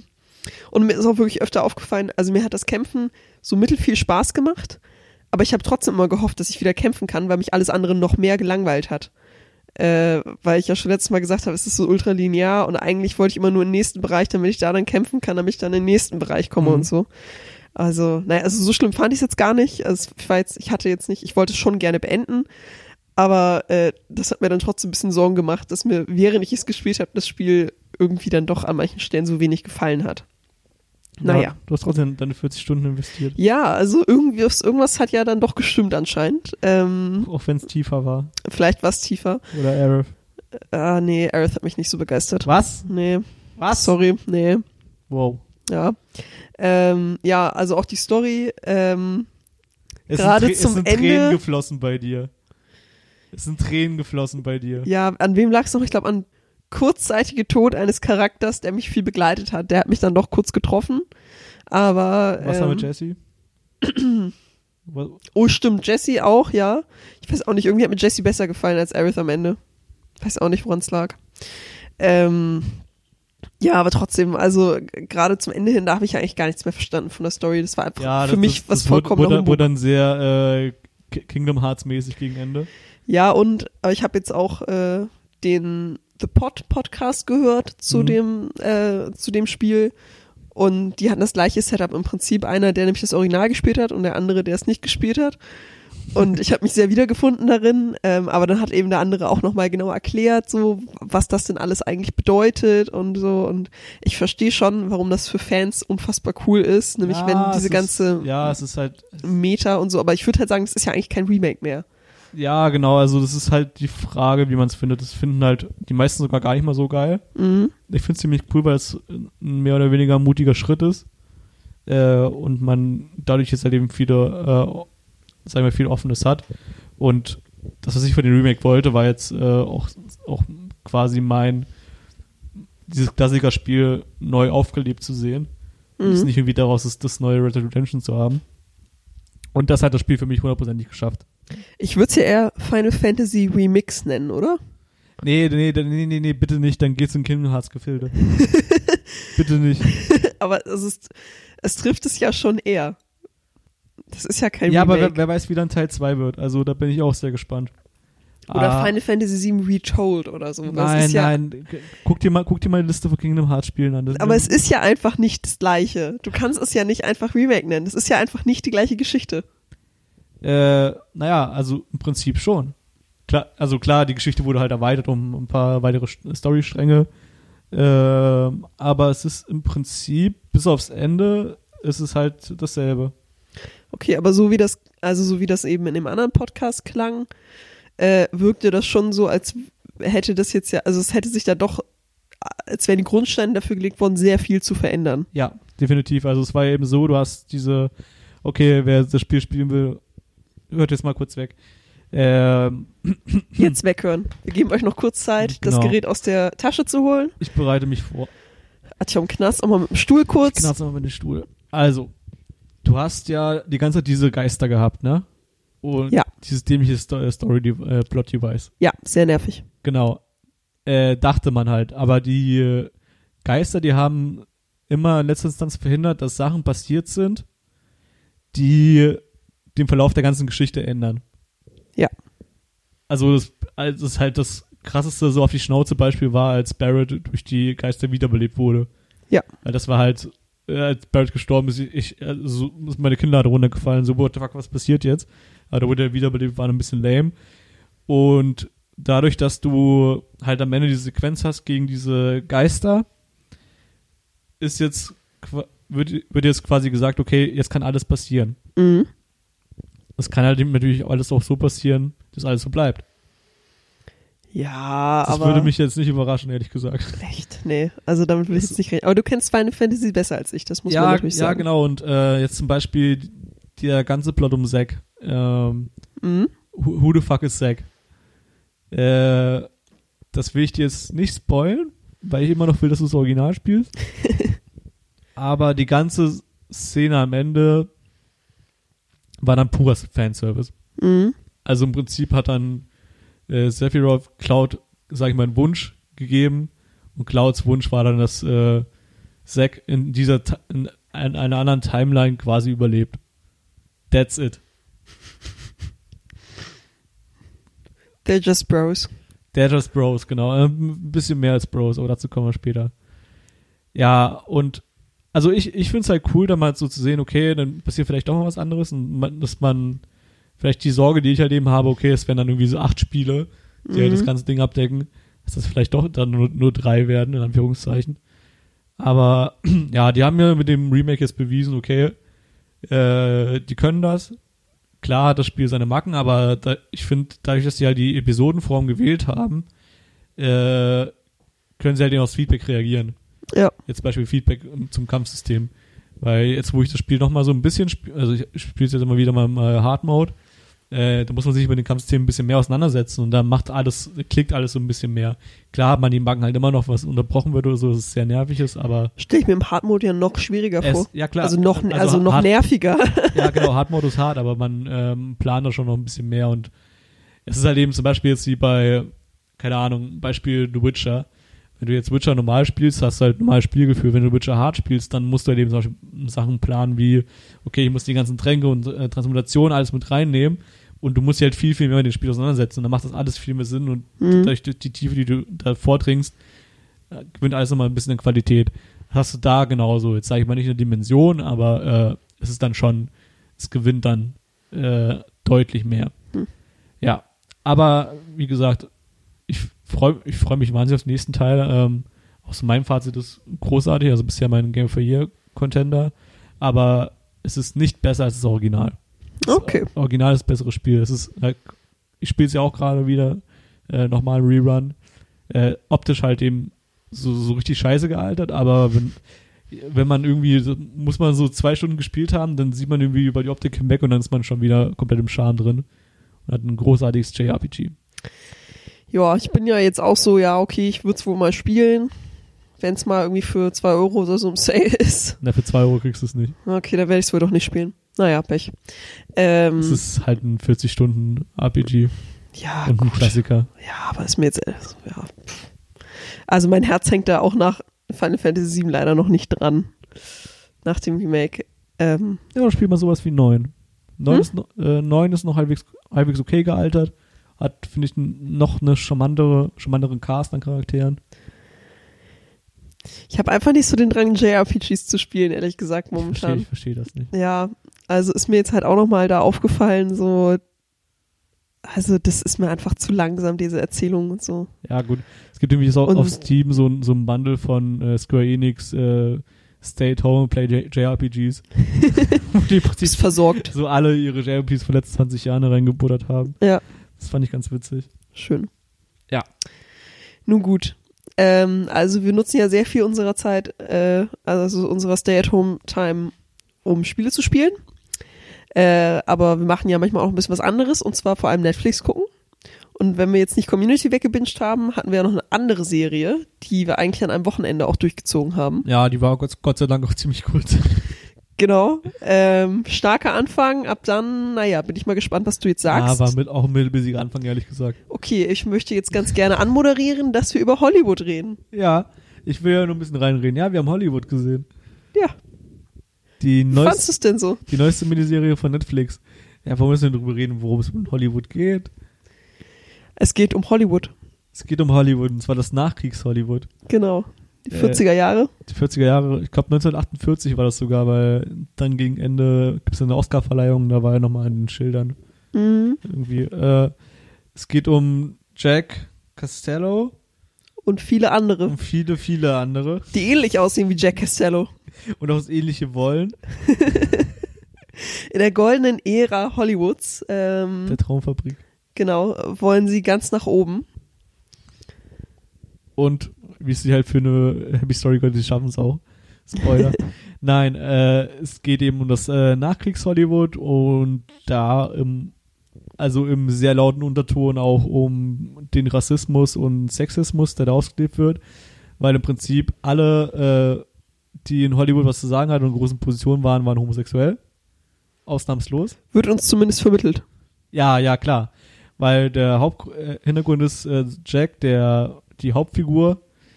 Speaker 1: Und mir ist auch wirklich öfter aufgefallen, also mir hat das Kämpfen so mittelfiel Spaß gemacht, aber ich habe trotzdem immer gehofft, dass ich wieder kämpfen kann, weil mich alles andere noch mehr gelangweilt hat. Weil ich ja schon letztes Mal gesagt habe, es ist so ultralinear und eigentlich wollte ich immer nur im nächsten Bereich, damit ich da dann kämpfen kann, damit ich dann in den nächsten Bereich komme und so. Also, naja, also so schlimm fand ich es jetzt gar nicht. Also ich wollte es schon gerne beenden, aber das hat mir dann trotzdem ein bisschen Sorgen gemacht, dass mir, während ich es gespielt habe, das Spiel irgendwie dann doch an manchen Stellen so wenig gefallen hat. Naja.
Speaker 2: Ja, du hast trotzdem deine 40 Stunden investiert.
Speaker 1: Ja, also irgendwas hat ja dann doch gestimmt anscheinend.
Speaker 2: Auch wenn es tiefer war.
Speaker 1: Vielleicht war es tiefer.
Speaker 2: Oder Aerith.
Speaker 1: Nee, Aerith hat mich nicht so begeistert.
Speaker 2: Was?
Speaker 1: Nee.
Speaker 2: Was?
Speaker 1: Sorry, nee.
Speaker 2: Wow.
Speaker 1: Ja. Ja, also auch die Story, gerade zum Ende.
Speaker 2: Tränen geflossen bei dir. Es sind Tränen geflossen bei dir.
Speaker 1: Ja, an wem lag es noch? Ich glaube, an kurzzeitige Tod eines Charakters, der mich viel begleitet hat. Der hat mich dann doch kurz getroffen. Aber.
Speaker 2: Was war mit Jessie?
Speaker 1: Oh, stimmt, Jessie auch, ja. Ich weiß auch nicht, irgendwie hat mir Jessie besser gefallen als Aerith am Ende. Weiß auch nicht, woran es lag. Ja, aber trotzdem, also gerade zum Ende hin, da habe ich ja eigentlich gar nichts mehr verstanden von der Story. Das war einfach für mich was vollkommen
Speaker 2: wurde dann sehr Kingdom Hearts mäßig gegen Ende.
Speaker 1: Ja, aber ich habe jetzt auch den The Pod-Podcast gehört zu dem Spiel und die hatten das gleiche Setup im Prinzip. Einer, der nämlich das Original gespielt hat und der andere, der es nicht gespielt hat. Und ich habe mich sehr wiedergefunden darin, aber dann hat eben der andere auch nochmal genau erklärt, so was das denn alles eigentlich bedeutet und so. Und ich verstehe schon, warum das für Fans unfassbar cool ist, nämlich
Speaker 2: Ja,
Speaker 1: wenn diese
Speaker 2: es ist halt
Speaker 1: Meta und so. Aber ich würde halt sagen, es ist ja eigentlich kein Remake mehr.
Speaker 2: Ja, genau, also das ist halt die Frage, wie man es findet. Das finden halt die meisten sogar gar nicht mal so geil.
Speaker 1: Mhm.
Speaker 2: Ich finde es ziemlich cool, weil es ein mehr oder weniger mutiger Schritt ist. Und man dadurch jetzt halt eben viele, sagen wir, viel Offenes hat. Und das, was ich für den Remake wollte, war jetzt auch quasi dieses Klassiker-Spiel neu aufgelebt zu sehen. Und es nicht irgendwie daraus ist, das neue Red Dead Redemption zu haben. Und das hat das Spiel für mich 100% geschafft.
Speaker 1: Ich würde es ja eher Final Fantasy Remix nennen, oder?
Speaker 2: Nee, bitte nicht, dann geht's in Kingdom Hearts Gefilde. Bitte nicht.
Speaker 1: Aber es trifft es ja schon eher. Das ist ja kein
Speaker 2: Ja,
Speaker 1: Remake.
Speaker 2: aber wer weiß, wie dann Teil 2 wird. Also da bin ich auch sehr gespannt.
Speaker 1: Oder Final Fantasy VII Retold oder so.
Speaker 2: Nein. Guck dir mal die Liste von Kingdom Hearts Spielen an.
Speaker 1: Aber es ist ja einfach nicht das Gleiche. Du kannst es ja nicht einfach Remake nennen. Es ist ja einfach nicht die gleiche Geschichte.
Speaker 2: Naja, also im Prinzip schon. Klar, die Geschichte wurde halt erweitert um ein paar weitere Storystränge. Aber es ist im Prinzip, bis aufs Ende, ist es halt dasselbe.
Speaker 1: Okay, aber so wie das eben in dem anderen Podcast klang, wirkte das schon so, als hätte das jetzt ja, also es hätte sich da doch, als wären die Grundsteine dafür gelegt worden, sehr viel zu verändern.
Speaker 2: Ja, definitiv. Also es war eben so, du hast okay, wer das Spiel spielen will, hört jetzt mal kurz weg.
Speaker 1: Jetzt weghören. Wir geben euch noch kurz Zeit,
Speaker 2: Genau.
Speaker 1: das Gerät aus der Tasche zu holen.
Speaker 2: Ich bereite mich vor.
Speaker 1: Atjom knarzt auch mal mit dem Stuhl kurz.
Speaker 2: Ich knarze mal mit dem Stuhl. Also, du hast ja die ganze Zeit diese Geister gehabt, ne? Und
Speaker 1: ja.
Speaker 2: Dieses dämliche Plot-Device.
Speaker 1: Ja, sehr nervig.
Speaker 2: Genau. Dachte man halt. Aber die Geister, die haben immer in letzter Instanz verhindert, dass Sachen passiert sind, die den Verlauf der ganzen Geschichte ändern.
Speaker 1: Ja.
Speaker 2: Also das ist halt das krasseste so auf die Schnauze Beispiel war, als Barrett durch die Geister wiederbelebt wurde.
Speaker 1: Ja.
Speaker 2: Weil das war halt, als Barrett gestorben ist, meine Kinnlade runtergefallen, so, what the fuck, was passiert jetzt? Aber da wurde er wiederbelebt, war ein bisschen lame. Und dadurch, dass du halt am Ende diese Sequenz hast gegen diese Geister, wird jetzt quasi gesagt, okay, jetzt kann alles passieren.
Speaker 1: Mhm.
Speaker 2: Es kann halt natürlich alles auch so passieren, dass alles so bleibt.
Speaker 1: Ja,
Speaker 2: das
Speaker 1: aber...
Speaker 2: Das würde mich jetzt nicht überraschen, ehrlich gesagt.
Speaker 1: Echt? Nee, also damit will ich jetzt nicht reden. Aber du kennst Final Fantasy besser als ich, das muss man natürlich sagen.
Speaker 2: Ja, genau. Und jetzt zum Beispiel der ganze Plot um Zack. Who the fuck is Zack? Das will ich dir jetzt nicht spoilen, weil ich immer noch will, dass du das Original spielst. Aber die ganze Szene am Ende war dann purer Fanservice.
Speaker 1: Mhm.
Speaker 2: Also im Prinzip hat dann Sephiroth Cloud, sag ich mal, einen Wunsch gegeben und Clouds Wunsch war dann, dass Zack in einer anderen Timeline quasi überlebt. That's it.
Speaker 1: They're just bros.
Speaker 2: They're just bros, genau. Ein bisschen mehr als Bros, aber dazu kommen wir später. Ja, und also ich finde es halt cool, da mal so zu sehen, okay, dann passiert vielleicht doch mal was anderes und dass man vielleicht die Sorge, die ich halt eben habe, okay, es werden dann irgendwie so 8 Spiele, die halt das ganze Ding abdecken, dass das vielleicht doch dann nur 3 werden, in Anführungszeichen. Aber ja, die haben ja mit dem Remake jetzt bewiesen, okay, die können das. Klar hat das Spiel seine Macken, aber ich finde, dadurch, dass sie halt die Episodenform gewählt haben, können sie halt eben aufs Feedback reagieren.
Speaker 1: Ja.
Speaker 2: Jetzt zum Beispiel Feedback zum Kampfsystem. Weil jetzt, wo ich das Spiel nochmal so ein bisschen also ich spiele es jetzt immer wieder mal im Hard Mode, da muss man sich mit dem Kampfsystem ein bisschen mehr auseinandersetzen und dann klickt alles so ein bisschen mehr. Klar hat man die Macken halt immer noch, was unterbrochen wird oder so, dass es sehr nervig ist, aber...
Speaker 1: Stelle ich mir im Hard Mode ja noch schwieriger vor.
Speaker 2: Ja, klar.
Speaker 1: Also noch nerviger.
Speaker 2: Ja, genau, Hard Mode ist hart, aber man plant da schon noch ein bisschen mehr und es ist halt eben zum Beispiel jetzt wie bei, keine Ahnung, Beispiel The Witcher. Wenn du jetzt Witcher normal spielst, hast du halt normales Spielgefühl. Wenn du Witcher hart spielst, dann musst du halt eben zum Beispiel Sachen planen wie, okay, ich muss die ganzen Tränke und Transmutationen alles mit reinnehmen und du musst dich halt viel, viel mehr mit dem Spiel auseinandersetzen und dann macht das alles viel mehr Sinn und durch die Tiefe, die du da vordringst, gewinnt alles nochmal ein bisschen an Qualität. Das hast du da genauso. Jetzt sage ich mal nicht eine Dimension, aber es ist dann schon, es gewinnt dann deutlich mehr. Ja, aber wie gesagt, ich freu mich wahnsinnig auf den nächsten Teil. Auch so mein Fazit ist großartig, also bisher mein Game of the Year Contender, aber es ist nicht besser als das Original.
Speaker 1: Okay.
Speaker 2: Das Original ist das bessere Spiel. Ich spiele es ja auch gerade wieder, nochmal ein Rerun. Optisch halt eben so richtig scheiße gealtert, aber wenn man irgendwie, muss man so 2 Stunden gespielt haben, dann sieht man irgendwie über die Optik hinweg und dann ist man schon wieder komplett im Charme drin und hat ein großartiges JRPG.
Speaker 1: Ja, ich bin ja jetzt auch so, ja, okay, ich würde es wohl mal spielen, wenn es mal irgendwie für 2 Euro oder so im Sale ist.
Speaker 2: Na, für 2 Euro kriegst du es nicht.
Speaker 1: Okay, dann werde ich es wohl doch nicht spielen. Naja, Pech.
Speaker 2: Es ist halt ein 40-Stunden-RPG
Speaker 1: ja,
Speaker 2: und ein
Speaker 1: gut.
Speaker 2: Klassiker.
Speaker 1: Ja, aber ist mir jetzt, ja. Also mein Herz hängt da auch nach Final Fantasy VII leider noch nicht dran. Nach dem Remake.
Speaker 2: Ja, dann spielt man sowas wie 9. 9 ist noch halbwegs okay gealtert. Hat, finde ich, noch eine charmanteren Cast an Charakteren.
Speaker 1: Ich habe einfach nicht so den Drang, JRPGs zu spielen, ehrlich gesagt, momentan.
Speaker 2: Ich verstehe das nicht.
Speaker 1: Ja, also ist mir jetzt halt auch nochmal da aufgefallen, so, also das ist mir einfach zu langsam, diese Erzählung und so.
Speaker 2: Ja, gut. Es gibt irgendwie so auf Steam so ein Bundle von Square Enix Stay at Home and Play JRPGs. Die
Speaker 1: Du bist versorgt.
Speaker 2: so alle ihre JRPGs von letzten 20 Jahren reingebuttert haben.
Speaker 1: Ja.
Speaker 2: Das fand ich ganz witzig.
Speaker 1: Schön.
Speaker 2: Ja.
Speaker 1: Nun gut. Also wir nutzen ja sehr viel unserer Zeit, also unserer Stay-at-Home-Time, um Spiele zu spielen. Aber wir machen ja manchmal auch ein bisschen was anderes, und zwar vor allem Netflix gucken. Und wenn wir jetzt nicht Community weggebinged haben, hatten wir ja noch eine andere Serie, die wir eigentlich an einem Wochenende auch durchgezogen haben.
Speaker 2: Ja, die war Gott sei Dank auch ziemlich kurz.
Speaker 1: Genau. Starker Anfang, ab dann, naja, bin ich mal gespannt, was du jetzt sagst.
Speaker 2: Ja, war auch ein mittelmäßiger Anfang, ehrlich gesagt.
Speaker 1: Okay, ich möchte jetzt ganz gerne anmoderieren, dass wir über Hollywood reden.
Speaker 2: Ja, ich will ja nur ein bisschen reinreden. Ja, wir haben Hollywood gesehen.
Speaker 1: Ja. Wie fandst du es denn so?
Speaker 2: Die neueste Miniserie von Netflix. Ja, warum müssen wir darüber reden, worum es in Hollywood geht?
Speaker 1: Es geht um Hollywood.
Speaker 2: Es geht um Hollywood, und zwar das Nachkriegs-Hollywood.
Speaker 1: Genau. Die 40er Jahre.
Speaker 2: Die 40er Jahre, ich glaube 1948 war das sogar, weil dann gegen Ende gibt es eine Oscar-Verleihung, da war er nochmal in den Schildern.
Speaker 1: Mhm.
Speaker 2: Irgendwie. Es geht um Jack Costello.
Speaker 1: Und viele andere.
Speaker 2: Und viele andere.
Speaker 1: Die ähnlich aussehen wie Jack Costello.
Speaker 2: Und auch das ähnliche wollen.
Speaker 1: In der goldenen Ära Hollywoods.
Speaker 2: Der Traumfabrik.
Speaker 1: Genau, wollen sie ganz nach oben.
Speaker 2: Und wie es sich halt für eine Happy Story gehört, sie schaffen es auch. Spoiler. Nein, es geht eben um das Nachkriegs-Hollywood und da im sehr lauten Unterton auch um den Rassismus und Sexismus, der da ausgelebt wird, weil im Prinzip alle, die in Hollywood was zu sagen hatten und in großen Positionen waren homosexuell. Ausnahmslos.
Speaker 1: Wird uns zumindest vermittelt.
Speaker 2: Ja, klar. Weil der Hintergrund ist, Jack, die Hauptfigur,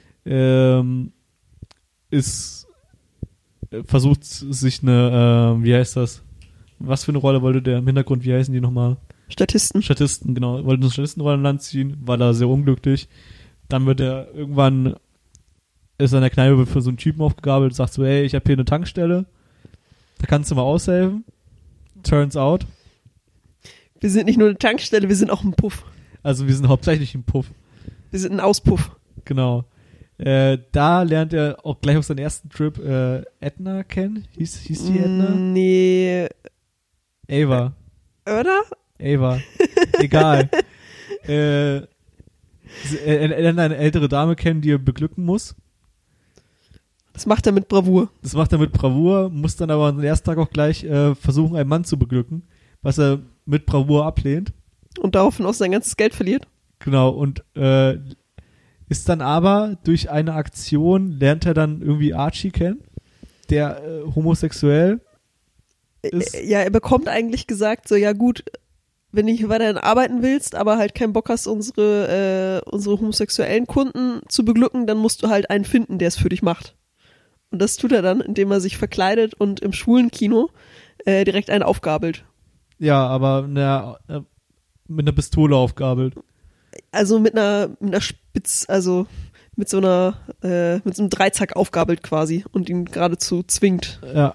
Speaker 2: versucht sich wie heißt das? Was für eine Rolle wollte der im Hintergrund, wie heißen die nochmal? Statisten, genau. Wollte eine Statistenrolle an Land ziehen, war da sehr unglücklich. Dann wird er irgendwann, ist an der Kneipe, wird für so einen Typen aufgegabelt, sagt so, hey, ich habe hier eine Tankstelle, da kannst du mal aushelfen. Turns out.
Speaker 1: Wir sind nicht nur eine Tankstelle, wir sind auch ein Puff.
Speaker 2: Also wir sind hauptsächlich ein Puff.
Speaker 1: Wir sind ein Auspuff.
Speaker 2: Genau. Da lernt er auch gleich auf seinen ersten Trip Edna kennen. Hieß die Edna?
Speaker 1: Nee.
Speaker 2: Ava.
Speaker 1: Oder?
Speaker 2: Ava. Egal. Er lernt eine ältere Dame kennen, die er beglücken muss.
Speaker 1: Das macht er mit Bravour.
Speaker 2: Muss dann aber am ersten Tag auch gleich versuchen, einen Mann zu beglücken, was er mit Bravour ablehnt.
Speaker 1: Und daraufhin auch sein ganzes Geld verliert.
Speaker 2: Genau, und ist dann aber durch eine Aktion, lernt er dann irgendwie Archie kennen, der homosexuell ist.
Speaker 1: Ja, er bekommt eigentlich gesagt, so, ja gut, wenn du hier weiterhin arbeiten willst, aber halt keinen Bock hast, unsere homosexuellen Kunden zu beglücken, dann musst du halt einen finden, der es für dich macht. Und das tut er dann, indem er sich verkleidet und im schwulen Kino direkt einen aufgabelt.
Speaker 2: Ja, aber mit einer Pistole aufgabelt.
Speaker 1: Also mit einer Spitz, also mit so einem Dreizack aufgabelt quasi und ihn geradezu zwingt.
Speaker 2: Ja.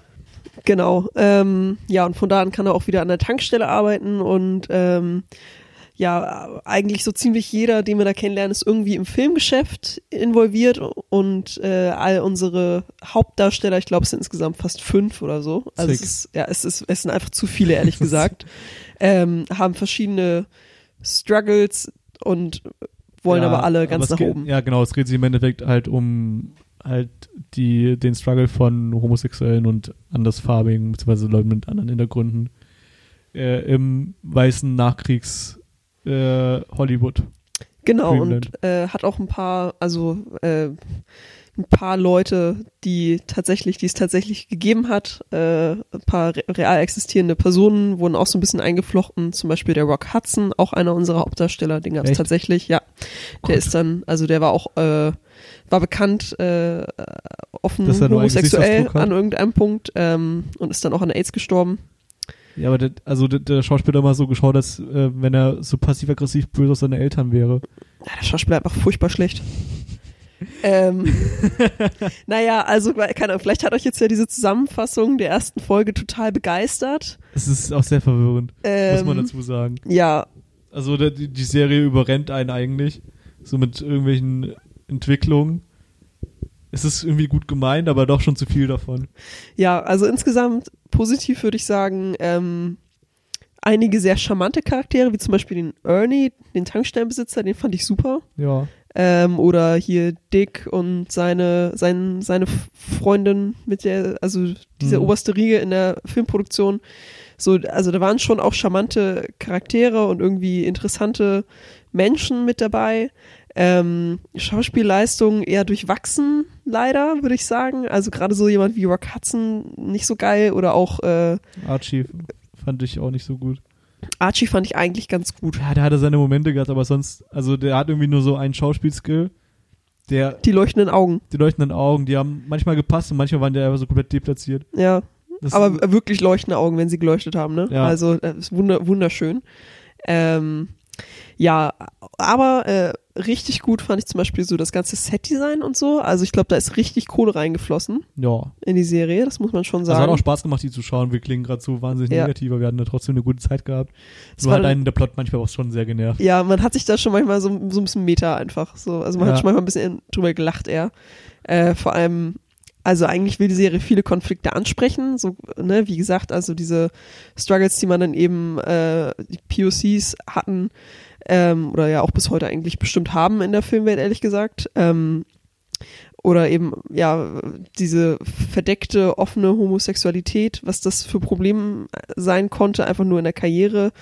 Speaker 1: Genau. Ja, und von da an kann er auch wieder an der Tankstelle arbeiten und ja, eigentlich so ziemlich jeder, den wir da kennenlernen, ist irgendwie im Filmgeschäft involviert und all unsere Hauptdarsteller, ich glaube, es sind insgesamt fast 5 oder so. Also es sind einfach zu viele, ehrlich gesagt. Haben verschiedene Struggles und wollen aber alle ganz nach oben.
Speaker 2: Ja, genau, es dreht sich im Endeffekt halt um halt den Struggle von Homosexuellen und Andersfarbigen, beziehungsweise Leuten mit anderen Hintergründen im weißen Nachkriegs Hollywood.
Speaker 1: Genau,
Speaker 2: Dreamland.
Speaker 1: und hat auch ein paar Leute, die es tatsächlich gegeben hat. Ein paar real existierende Personen wurden auch so ein bisschen eingeflochten. Zum Beispiel der Rock Hudson, auch einer unserer Hauptdarsteller, den gab es tatsächlich, ja. Der ist dann, also der war auch, war bekannt, offen homosexuell an irgendeinem Punkt und ist dann auch an AIDS gestorben.
Speaker 2: Ja, aber der Schauspieler immer so geschaut, als wenn er so passiv-aggressiv böse auf seine Eltern wäre.
Speaker 1: Ja, der Schauspieler einfach furchtbar schlecht. Naja, also keine Ahnung, vielleicht hat euch jetzt ja diese Zusammenfassung der ersten Folge total begeistert.
Speaker 2: Es ist auch sehr verwirrend, muss man dazu sagen.
Speaker 1: Ja.
Speaker 2: Also die Serie überrennt einen eigentlich, so mit irgendwelchen Entwicklungen. Es ist irgendwie gut gemeint, aber doch schon zu viel davon.
Speaker 1: Ja, also insgesamt positiv würde ich sagen, einige sehr charmante Charaktere, wie zum Beispiel den Ernie, den Tankstellenbesitzer, den fand ich super.
Speaker 2: Ja.
Speaker 1: Oder hier Dick und seine Freundin mit dieser oberste Riege in der Filmproduktion. So, also da waren schon auch charmante Charaktere und irgendwie interessante Menschen mit dabei. Schauspielleistung eher durchwachsen, leider, würde ich sagen. Also gerade so jemand wie Rock Hudson nicht so geil oder auch
Speaker 2: Archie fand ich auch nicht so gut.
Speaker 1: Archie fand ich eigentlich ganz gut.
Speaker 2: Ja, der hatte seine Momente gehabt, aber sonst, also der hat irgendwie nur so einen Schauspielskill.
Speaker 1: Die leuchtenden Augen.
Speaker 2: Die leuchtenden Augen, die haben manchmal gepasst und manchmal waren die einfach so komplett deplatziert.
Speaker 1: Ja, aber wirklich leuchtende Augen, wenn sie geleuchtet haben, ne?
Speaker 2: Ja.
Speaker 1: Also das ist wunderschön. Ja, aber richtig gut fand ich zum Beispiel so das ganze Setdesign und so. Also ich glaube, da ist richtig Kohle reingeflossen in die Serie, das muss man schon sagen.
Speaker 2: Es hat auch Spaß gemacht, die zu schauen. Wir klingen gerade so wahnsinnig negativ, aber wir hatten da trotzdem eine gute Zeit gehabt. Nur hat einen der Plot manchmal auch schon sehr genervt. Ja,
Speaker 1: man hat sich da schon manchmal so ein bisschen Meta einfach so. Also man hat schon manchmal ein bisschen drüber gelacht eher. Vor allem, also eigentlich will die Serie viele Konflikte ansprechen, so, ne, wie gesagt, also diese Struggles, die man dann eben, die POCs hatten, oder ja auch bis heute eigentlich bestimmt haben in der Filmwelt, ehrlich gesagt, oder eben, ja, diese verdeckte, offene Homosexualität, was das für Probleme sein konnte, einfach nur in der Karriere,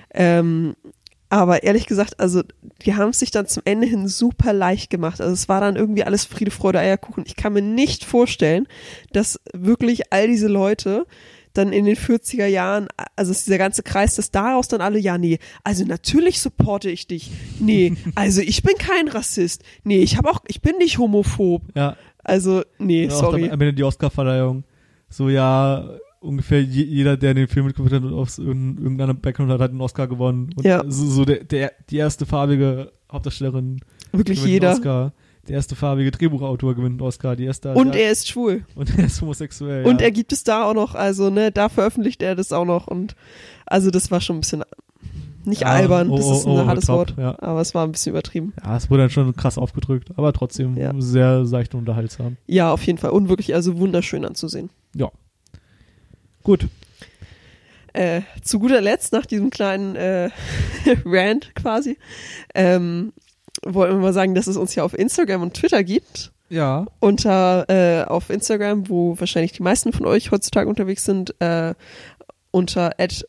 Speaker 1: aber ehrlich gesagt, also die haben es sich dann zum Ende hin super leicht gemacht. Also es war dann irgendwie alles Friede, Freude, Eierkuchen. Ich kann mir nicht vorstellen, dass wirklich all diese Leute dann in den 40er Jahren, also dieser ganze Kreis, dass daraus dann alle, ja, nee, also natürlich supporte ich dich. Nee, also ich bin kein Rassist. Nee, ich bin nicht homophob.
Speaker 2: Ja.
Speaker 1: Also, nee, sorry.
Speaker 2: Am Ende die Oscarverleihung. So, ja, ungefähr jeder, der in den Film mitgeführt hat und aus irgendeinem Background hat einen Oscar gewonnen. Und so die erste farbige Hauptdarstellerin.
Speaker 1: Wirklich jeder.
Speaker 2: Oscar. Der erste farbige Drehbuchautor gewinnt einen Oscar.
Speaker 1: Und er ist schwul.
Speaker 2: Und er ist homosexuell.
Speaker 1: Und er gibt es da auch noch. Also, ne, da veröffentlicht er das auch noch. Und also das war schon ein bisschen nicht albern, das ist ein hartes Wort. Ja. Aber es war ein bisschen übertrieben.
Speaker 2: Ja, es wurde dann schon krass aufgedrückt, aber trotzdem sehr seicht und unterhaltsam.
Speaker 1: Ja, auf jeden Fall. Und wirklich also wunderschön anzusehen.
Speaker 2: Ja. Gut.
Speaker 1: Zu guter Letzt, nach diesem kleinen Rant quasi, wollten wir mal sagen, dass es uns ja auf Instagram und Twitter gibt.
Speaker 2: Ja.
Speaker 1: Auf Instagram, wo wahrscheinlich die meisten von euch heutzutage unterwegs sind, unter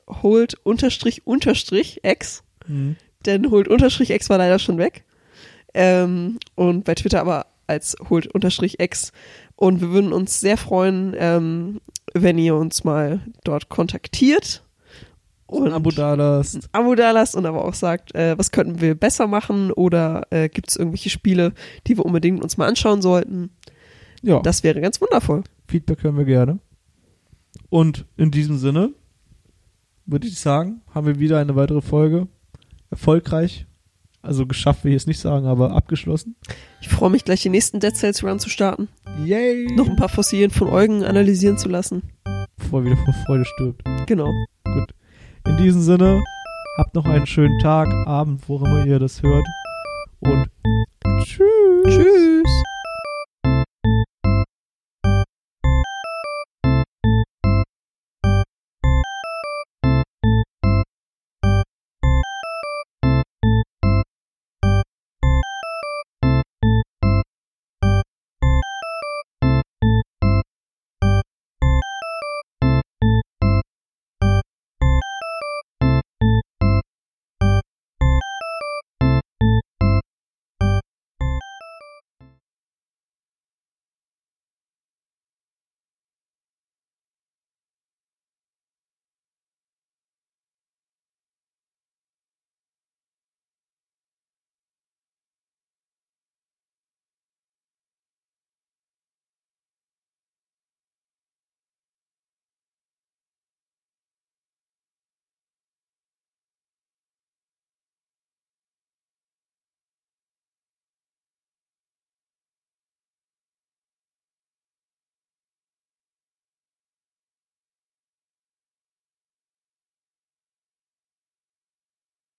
Speaker 1: @hold__x. Denn hold_x war leider schon weg. Und bei Twitter aber als hold_x. Und wir würden uns sehr freuen, wenn ihr uns mal dort kontaktiert.
Speaker 2: Und ein Abo dalasst.
Speaker 1: Und aber auch sagt, was könnten wir besser machen oder gibt es irgendwelche Spiele, die wir unbedingt uns mal anschauen sollten. Ja. Das wäre ganz wundervoll.
Speaker 2: Feedback hören wir gerne. Und in diesem Sinne würde ich sagen, haben wir wieder eine weitere Folge erfolgreich, also geschafft will ich jetzt nicht sagen, aber abgeschlossen.
Speaker 1: Ich freue mich gleich, den nächsten Dead Cells Run zu starten.
Speaker 2: Yay!
Speaker 1: Noch ein paar Fossilien von Eugen analysieren zu lassen.
Speaker 2: bevor er wieder vor Freude stirbt.
Speaker 1: Genau.
Speaker 2: Gut. In diesem Sinne, habt noch einen schönen Tag, Abend, wo auch immer ihr das hört. Und tschüss.
Speaker 1: Tschüss.